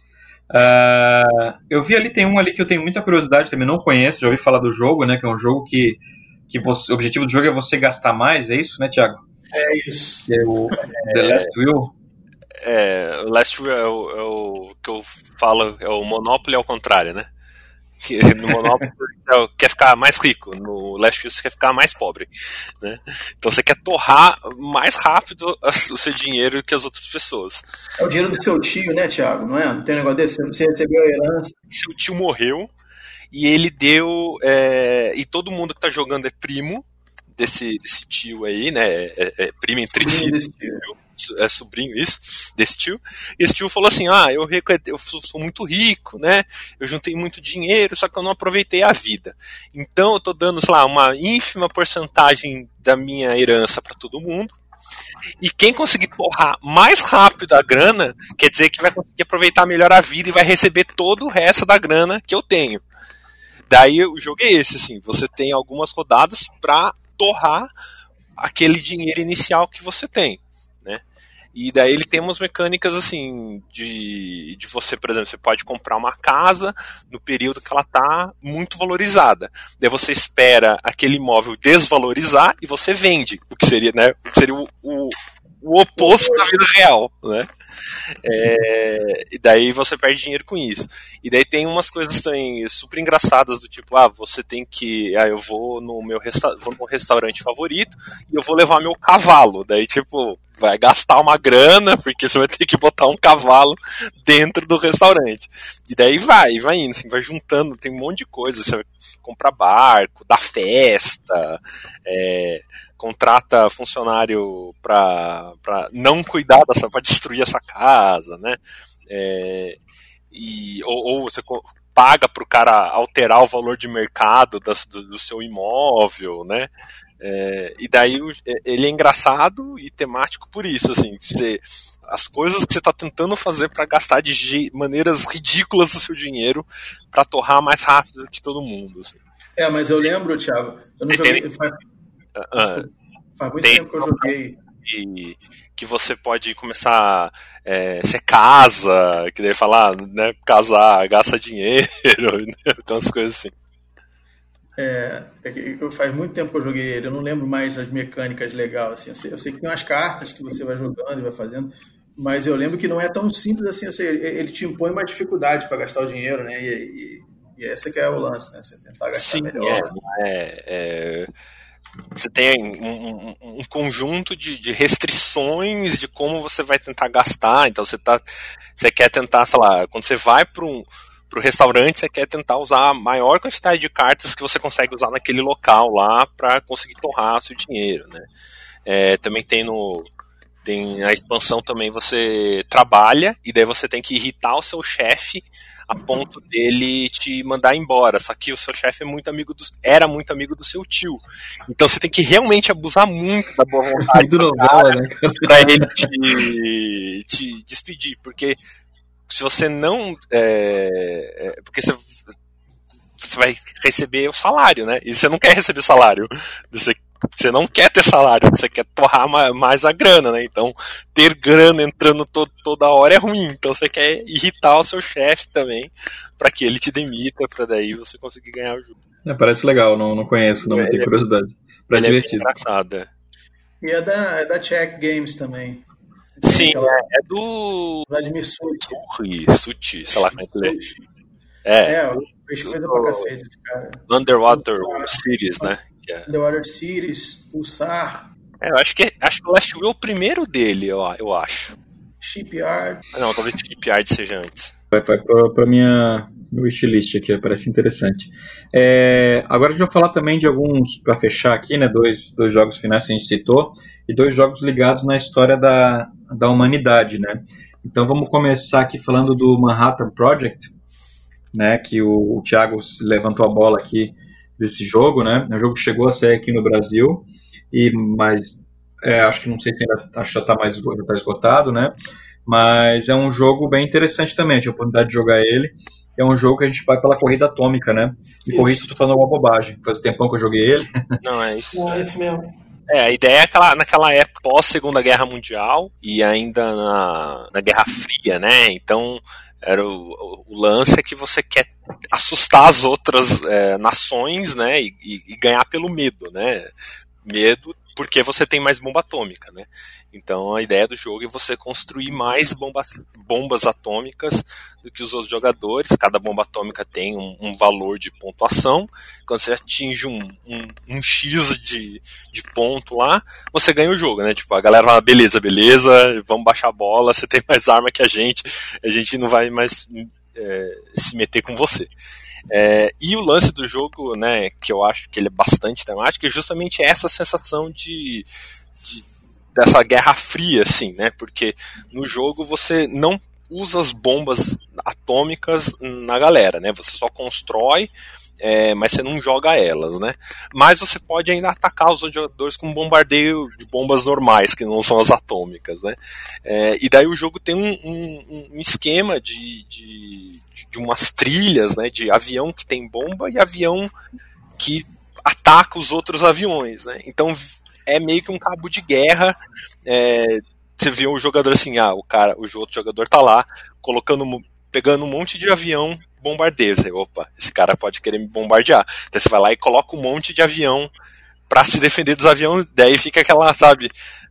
Eu vi ali, tem um ali que eu tenho muita curiosidade, também não conheço, já ouvi falar do jogo, né? Que é um jogo que o objetivo do jogo é você gastar mais, é isso, né, Thiago? É isso. Que é o The Last Will. O Last Will é o que eu falo, é o Monopoly ao contrário, né? No Monopoly você quer ficar mais rico, no Last Will você quer ficar mais pobre, né? Então você quer torrar mais rápido o seu dinheiro que as outras pessoas. É o dinheiro do seu tio, né, Thiago? Não é? Não tem um negócio desse? Você recebeu a herança. Seu tio morreu e ele deu... e todo mundo que tá jogando é primo desse tio aí, né? É primo entre si. É sobrinho isso, desse tio. E esse tio falou assim, eu sou muito rico, né? Eu juntei muito dinheiro, só que eu não aproveitei a vida. Então eu tô dando, sei lá, uma ínfima porcentagem da minha herança para todo mundo. E quem conseguir torrar mais rápido a grana, quer dizer que vai conseguir aproveitar melhor a vida e vai receber todo o resto da grana que eu tenho. Daí o jogo é esse, assim, você tem algumas rodadas para torrar aquele dinheiro inicial que você tem, né? E daí ele tem umas mecânicas assim de você, por exemplo, você pode comprar uma casa no período que ela está muito valorizada. Daí você espera aquele imóvel desvalorizar e você vende, o que seria, né, o oposto da vida real, né? E daí você perde dinheiro com isso. E daí tem umas coisas também super engraçadas do tipo, você tem que... eu vou no meu restaurante favorito e eu vou levar meu cavalo. Daí, tipo, vai gastar uma grana, porque você vai ter que botar um cavalo dentro do restaurante. E daí vai indo, assim, vai juntando, tem um monte de coisa. Você vai comprar barco, dá festa, contrata funcionário para não cuidar para destruir essa casa, né? Ou você paga para o cara alterar o valor de mercado do seu imóvel, né? E daí ele é engraçado e temático por isso, assim, as coisas que você está tentando fazer para gastar de maneiras ridículas o seu dinheiro para torrar mais rápido que todo mundo. Assim. Mas eu lembro, Thiago, eu não joguei... Faz muito tempo que eu joguei. Que você pode começar, você casa, que daí falar, né, casar, gasta dinheiro, então as coisas assim. Faz muito tempo que eu joguei ele, eu não lembro mais as mecânicas legais, assim, eu sei que tem umas cartas que você vai jogando e vai fazendo, mas eu lembro que não é tão simples assim, ele te impõe uma dificuldade para gastar o dinheiro, né, e essa que é o lance, né, você tentar gastar melhor. Você tem um conjunto de restrições de como você vai tentar gastar, então você quer tentar, sei lá, quando você vai pro restaurante, você quer tentar usar a maior quantidade de cartas que você consegue usar naquele local lá para conseguir torrar seu dinheiro, né? Também tem a expansão também, você trabalha e daí você tem que irritar o seu chefe a ponto dele te mandar embora, só que o seu chefe era muito amigo do seu tio, então você tem que realmente abusar muito da boa vontade do cara, né? Pra ele te despedir, porque se você não porque você vai receber o salário, né, e você não quer receber salário, você não quer ter salário, você quer torrar mais a grana, né? Então, ter grana entrando toda hora é ruim. Então, você quer irritar o seu chefe também, para que ele te demita, para daí você conseguir ganhar o jogo. Parece legal, não conheço, não tenho curiosidade. Parece divertido. É engraçado. E é da Czech Games também. Sim, é do Vladimir Suti, sei lá como é que é. Fez coisa pra cacete, cara. Underwater Cities, né? Underwater Cities, Pulsar. Eu acho que o Last Will é o primeiro dele, eu acho. Shipyard. Não, talvez Shipyard seja antes. Vai pra minha wishlist aqui, parece interessante. Agora a gente vai falar também de alguns, para fechar aqui, né, dois jogos finais que a gente citou, e 2 jogos ligados na história da humanidade, né? Então vamos começar aqui falando do Manhattan Project, né, que o Thiago levantou a bola aqui desse jogo, né? O jogo chegou a sair aqui no Brasil, mas acho que não sei se ainda já está esgotado, né? Mas é um jogo bem interessante também, tive a oportunidade de jogar ele. que é um jogo que a gente vai pela corrida atômica, né? Me corrija se eu tô falando alguma bobagem. Faz tempão que eu joguei ele. Não, é isso. Não, é isso mesmo. A ideia é naquela época pós-Segunda Guerra Mundial e ainda na Guerra Fria, né? Então, o lance é que você quer assustar as outras nações, né? E ganhar pelo medo, né? Medo porque você tem mais bomba atômica, né? Então a ideia do jogo é você construir mais bombas atômicas do que os outros jogadores. Cada bomba atômica tem um valor de pontuação. Quando você atinge um X de ponto lá, você ganha o jogo, né? Tipo, a galera fala, beleza, vamos baixar a bola, você tem mais arma que a gente não vai mais se meter com você. E o lance do jogo, né, que eu acho que ele é bastante temático, é justamente essa sensação dessa guerra fria, assim, né, porque no jogo você não usa as bombas atômicas na galera, né, você só constrói, mas você não joga elas, né, mas você pode ainda atacar os outros jogadores com um bombardeio de bombas normais, que não são as atômicas, né, e daí o jogo tem um esquema de umas trilhas, né, de avião que tem bomba e avião que ataca os outros aviões, né, então é meio que um cabo de guerra. Você vê um jogador assim, o outro jogador tá lá pegando um monte de avião bombardeio. Você, opa, esse cara pode querer me bombardear. Daí você vai lá e coloca um monte de avião pra se defender dos aviões. Daí fica aquela, sabe,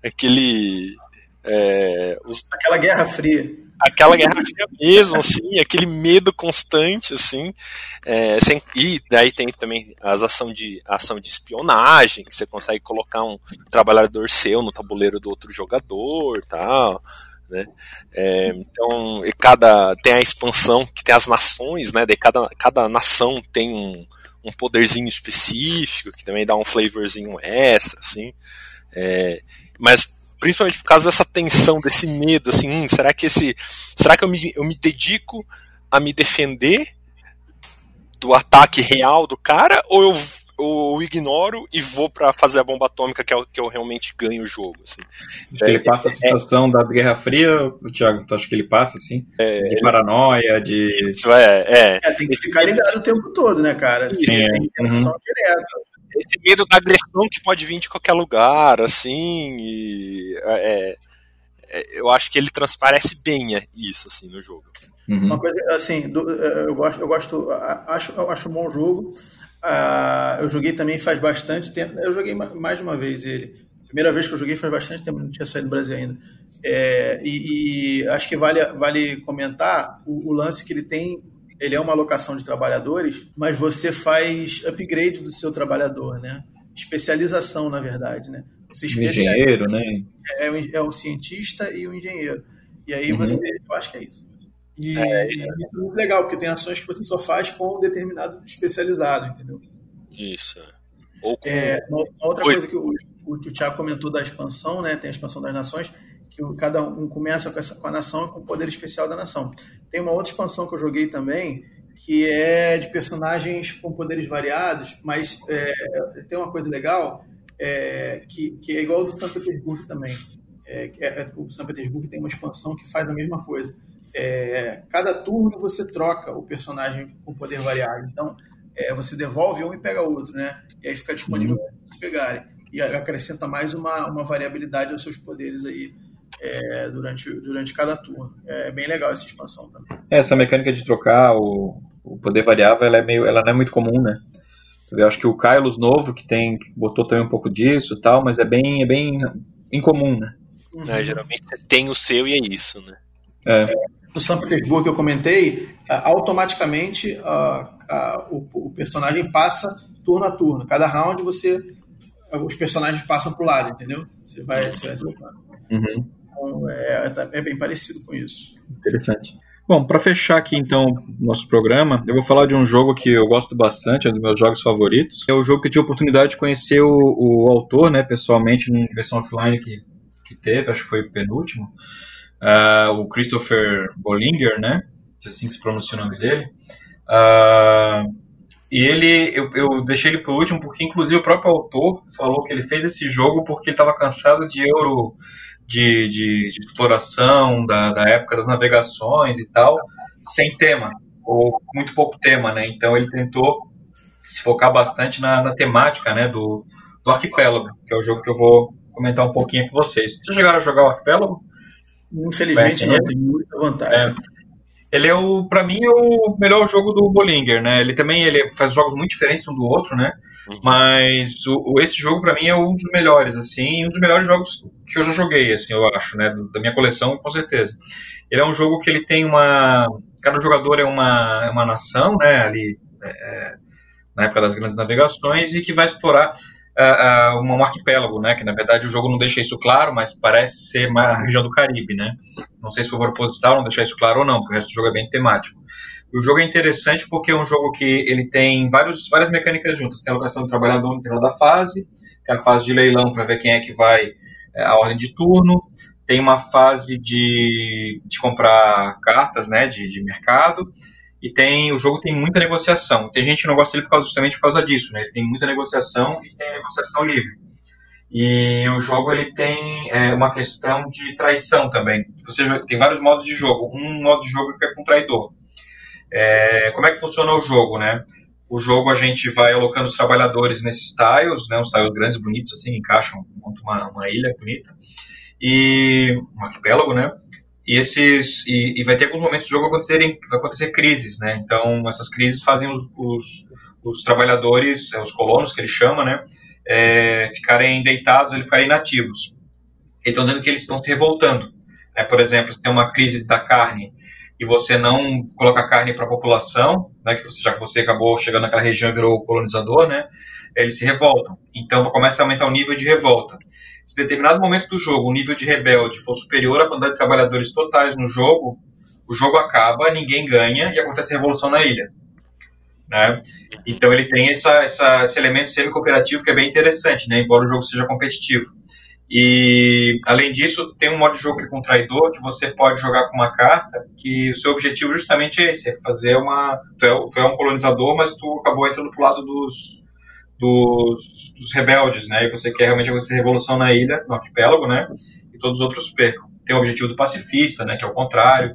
aquela guerra fria. Aquela guerra fria mesmo, assim, aquele medo constante, assim. E daí tem também ação de espionagem, que você consegue colocar um trabalhador seu no tabuleiro do outro jogador, tal, né? Então, tem a expansão que tem as nações, né? Daí cada nação tem um poderzinho específico, que também dá um flavorzinho extra, assim. Mas principalmente por causa dessa tensão, desse medo, assim, será que eu me dedico a me defender do ataque real do cara, ou eu ignoro e vou pra fazer a bomba atômica, que é o que eu realmente ganho o jogo, assim. Acho que ele passa a sensação da Guerra Fria, Thiago, tu acha que ele passa, assim? De paranoia, de... Isso, tem que ficar ligado o tempo todo, né, cara? Sim, tem interação direta. Esse medo da agressão que pode vir de qualquer lugar, assim, eu acho que ele transparece bem isso, assim, no jogo. Uhum. Uma coisa, assim, eu acho um bom jogo. Eu joguei também faz bastante tempo, eu joguei mais de uma vez ele. Primeira vez que eu joguei faz bastante tempo, não tinha saído do Brasil ainda. E acho que vale comentar o lance que ele tem. Ele é uma alocação de trabalhadores, mas você faz upgrade do seu trabalhador, né? Especialização, na verdade, né? Você engenheiro, né? É o cientista e o engenheiro. E aí eu acho que é isso. E isso é muito legal, porque tem ações que você só faz com um determinado especializado, entendeu? Isso. Uma outra coisa que o Thiago comentou da expansão, né? Tem a expansão das nações, que cada um começa com a nação e com o poder especial da nação. Tem uma outra expansão que eu joguei também, que é de personagens com poderes variados, mas tem uma coisa legal, que é igual ao do São Petersburgo também. O São Petersburgo tem uma expansão que faz a mesma coisa. Cada turno você troca o personagem com poder variado. Então, você devolve um e pega outro, né? E aí fica disponível para vocês pegarem. E acrescenta mais uma variabilidade aos seus poderes aí durante cada turno. É bem legal essa expansão também. Essa mecânica de trocar o poder variável, ela não é muito comum, né? Eu acho que o Kylos novo que botou também um pouco disso e tal, mas é bem incomum, né? Geralmente você tem o seu e é isso, né? No São Petersburgo que eu comentei, automaticamente o personagem passa turno a turno. Cada round os personagens passam pro lado, entendeu? Você vai trocando. Então, é bem parecido com isso. Interessante. Bom, para fechar aqui então nosso programa, eu vou falar de um jogo que eu gosto bastante, é um dos meus jogos favoritos. É o jogo que eu tive a oportunidade de conhecer o autor, né, pessoalmente, numa versão offline que teve, acho que foi o penúltimo, o Christopher Bollinger, né, se assim que se pronuncia o nome dele. E eu deixei ele por último porque, inclusive, o próprio autor falou que ele fez esse jogo porque ele estava cansado de de exploração da época das navegações e tal, sem tema. ou muito pouco tema, né? Então ele tentou se focar bastante na temática, né, do Arquipélago, que é o jogo que eu vou comentar um pouquinho com vocês. Vocês chegaram a jogar o Arquipélago? Infelizmente não, tenho muita vontade. Ele para mim, é o melhor jogo do Bollinger, né? Ele faz jogos muito diferentes um do outro, né? Mas esse jogo, para mim, é um dos melhores, assim, um dos melhores jogos que eu já joguei, assim, eu acho, né? Da minha coleção, com certeza. Ele é um jogo que ele tem cada jogador é uma nação, né? Ali, na época das grandes navegações, e que vai explorar um arquipélago, né? Que na verdade o jogo não deixa isso claro, mas parece ser uma região do Caribe, né? Não sei se foi proposital não deixar isso claro ou não, porque o resto do jogo é bem temático. O jogo é interessante porque é um jogo que ele tem várias mecânicas juntas. Tem a alocação do trabalhador no final da fase, tem a fase de leilão para ver quem é que vai a ordem de turno, tem uma fase de comprar cartas, né, de mercado, e o jogo tem muita negociação. Tem gente que não gosta dele justamente por causa disso, né? Ele tem muita negociação e tem negociação livre. E o jogo ele tem uma questão de traição também. Tem vários modos de jogo. Um modo de jogo que é com traidor. Como é que funciona o jogo, né? O jogo a gente vai alocando os trabalhadores nesses tiles, né? Uns tiles grandes, bonitos, assim, encaixam, montam uma ilha bonita. E um arquipélago, né? E vai ter alguns momentos do jogo vai acontecer crises, né? Então, essas crises fazem os trabalhadores, os colonos, que ele chama, né? Ficarem deitados, eles ficarem inativos. Eles estão dizendo que eles estão se revoltando. Por exemplo, se tem uma crise da carne e você não coloca carne para a população, né? Já que você acabou chegando naquela região e virou colonizador, né? Eles se revoltam. Então, começa a aumentar o nível de revolta. Se em determinado momento do jogo o nível de rebelde for superior à quantidade de trabalhadores totais no jogo, o jogo acaba, ninguém ganha e acontece a revolução na ilha. Né? Então ele tem esse elemento semi-cooperativo que é bem interessante, né? Embora o jogo seja competitivo. E além disso, tem um modo de jogo que é com traidor, que você pode jogar com uma carta que o seu objetivo justamente é esse, é fazer tu é um colonizador, mas tu acabou entrando pro lado dos rebeldes, né? E você quer realmente essa revolução na ilha, no arquipélago, né? E todos os outros percam. Tem o objetivo do pacifista, né? Que é o contrário.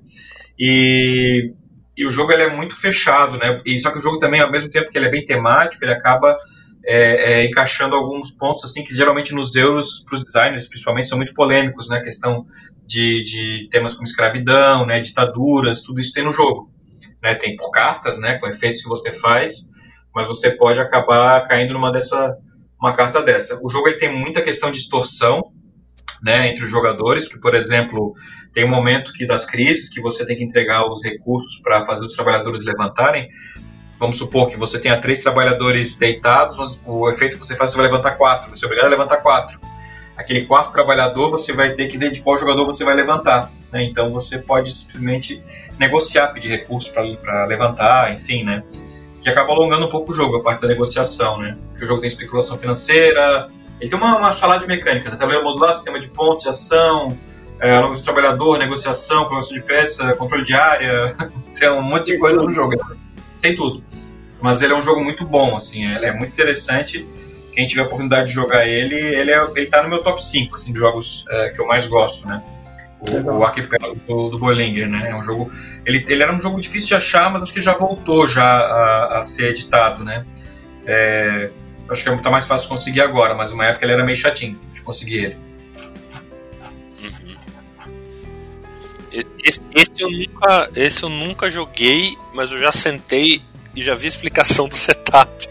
E o jogo ele é muito fechado, né? E só que o jogo também, ao mesmo tempo que ele é bem temático, ele acaba encaixando alguns pontos assim que geralmente nos euros, para os designers principalmente, são muito polêmicos, né? A questão de temas como escravidão, né? Ditaduras, tudo isso tem no jogo, né? Tem por cartas, né? Com efeitos que você faz, mas você pode acabar caindo uma carta dessa. O jogo ele tem muita questão de extorsão, né, entre os jogadores, que, por exemplo, tem um momento das crises que você tem que entregar os recursos para fazer os trabalhadores levantarem. Vamos supor que você tenha 3 trabalhadores deitados, mas o efeito que você faz, você vai levantar 4, você é obrigado a levantar 4. Aquele 4º trabalhador, você vai ter que ver de qual jogador você vai levantar, né? Então você pode simplesmente negociar, pedir recursos para levantar, enfim, né? Que acaba alongando um pouco o jogo, a parte da negociação, né? Porque o jogo tem especulação financeira, ele tem uma salada de mecânicas, a tabuleiro modular, sistema de pontos, de ação, alongamento de trabalhador, negociação, programação de peça, controle de área, tem um monte de coisa no jogo, tem tudo. Mas ele é um jogo muito bom, assim, ele é muito interessante. Quem tiver a oportunidade de jogar ele tá no meu top 5, assim, de jogos que eu mais gosto, né? O Arquipélago do Bollinger, né? É um jogo, ele era um jogo difícil de achar, mas acho que ele já voltou a ser editado, né? Acho que tá mais fácil conseguir agora, mas uma época ele era meio chatinho de conseguir ele. Esse eu nunca joguei, mas eu já sentei e já vi explicação do setup.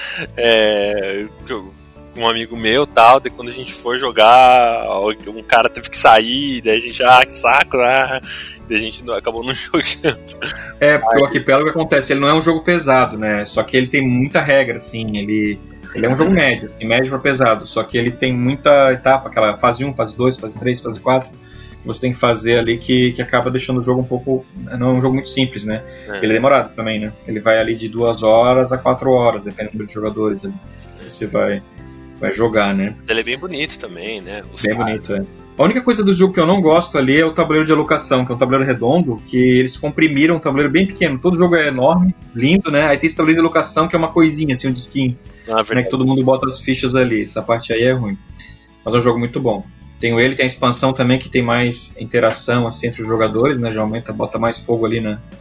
Um amigo meu tal, daí quando a gente foi jogar, um cara teve que sair, daí a gente, que saco, daí a gente acabou não jogando. Porque o Arquipélago acontece, ele não é um jogo pesado, né? Só que ele tem muita regra, assim, ele é um jogo médio, assim, médio para pesado, só que ele tem muita etapa, aquela fase 1, fase 2, fase 3, fase 4, que você tem que fazer ali que acaba deixando o jogo um pouco, não é um jogo muito simples, né? Ele é demorado também, né? Ele vai ali de 2 horas a 4 horas, dependendo dos jogadores ali, você vai jogar, né? Mas ele é bem bonito também, né? Bem bonito, A única coisa do jogo que eu não gosto ali é o tabuleiro de alocação, que é um tabuleiro redondo, que eles comprimiram um tabuleiro bem pequeno. Todo jogo é enorme, lindo, né? Aí tem esse tabuleiro de alocação que é uma coisinha, assim, um disquinho, né? Que todo mundo bota as fichas ali. Essa parte aí é ruim. Mas é um jogo muito bom. Tem a expansão também, que tem mais interação, assim, entre os jogadores, né? Já bota mais fogo ali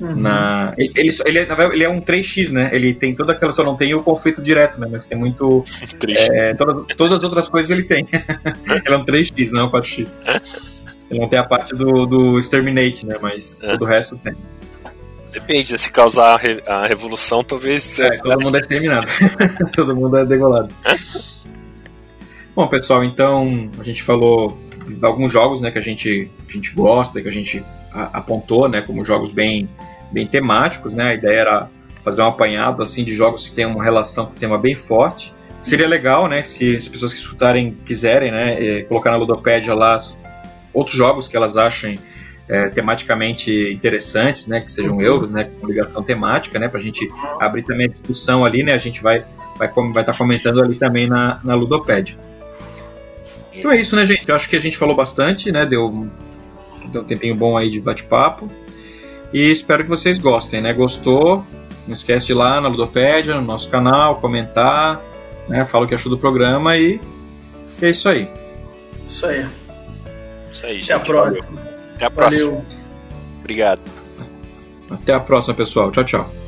Ele é um 3x, né? Ele tem toda aquela, só não tem o conflito direto, né? Mas tem muito. Todas as outras coisas ele tem. Ele é um 3x, não é um 4x. Ele não tem a parte do Exterminate, né? Mas todo o resto tem. Depende, né? Se causar a revolução, talvez. Todo mundo é exterminado. Todo mundo é degolado. Bom, pessoal, então a gente falou de alguns jogos, né, que a gente gosta, que a gente apontou, né, como jogos bem temáticos, né? A ideia era fazer um apanhado assim de jogos que têm uma relação com o tema bem forte. Seria legal, né, se as pessoas que escutarem quiserem, né, colocar na Ludopédia lá outros jogos que elas achem tematicamente interessantes, né, que sejam euros, né, com ligação temática, né, pra gente abrir também a discussão ali, né, a gente vai estar comentando ali também na Ludopédia. Então é isso, né, gente? Eu acho que a gente falou bastante, né, deu um tempinho bom aí de bate-papo e espero que vocês gostem, né, gostou? Não esquece de ir lá na Ludopédia, no nosso canal, comentar, né, fala o que achou do programa e é isso aí. Isso aí, gente. Até a próxima. Até a próxima. Valeu. Obrigado. Até a próxima, pessoal. Tchau, tchau.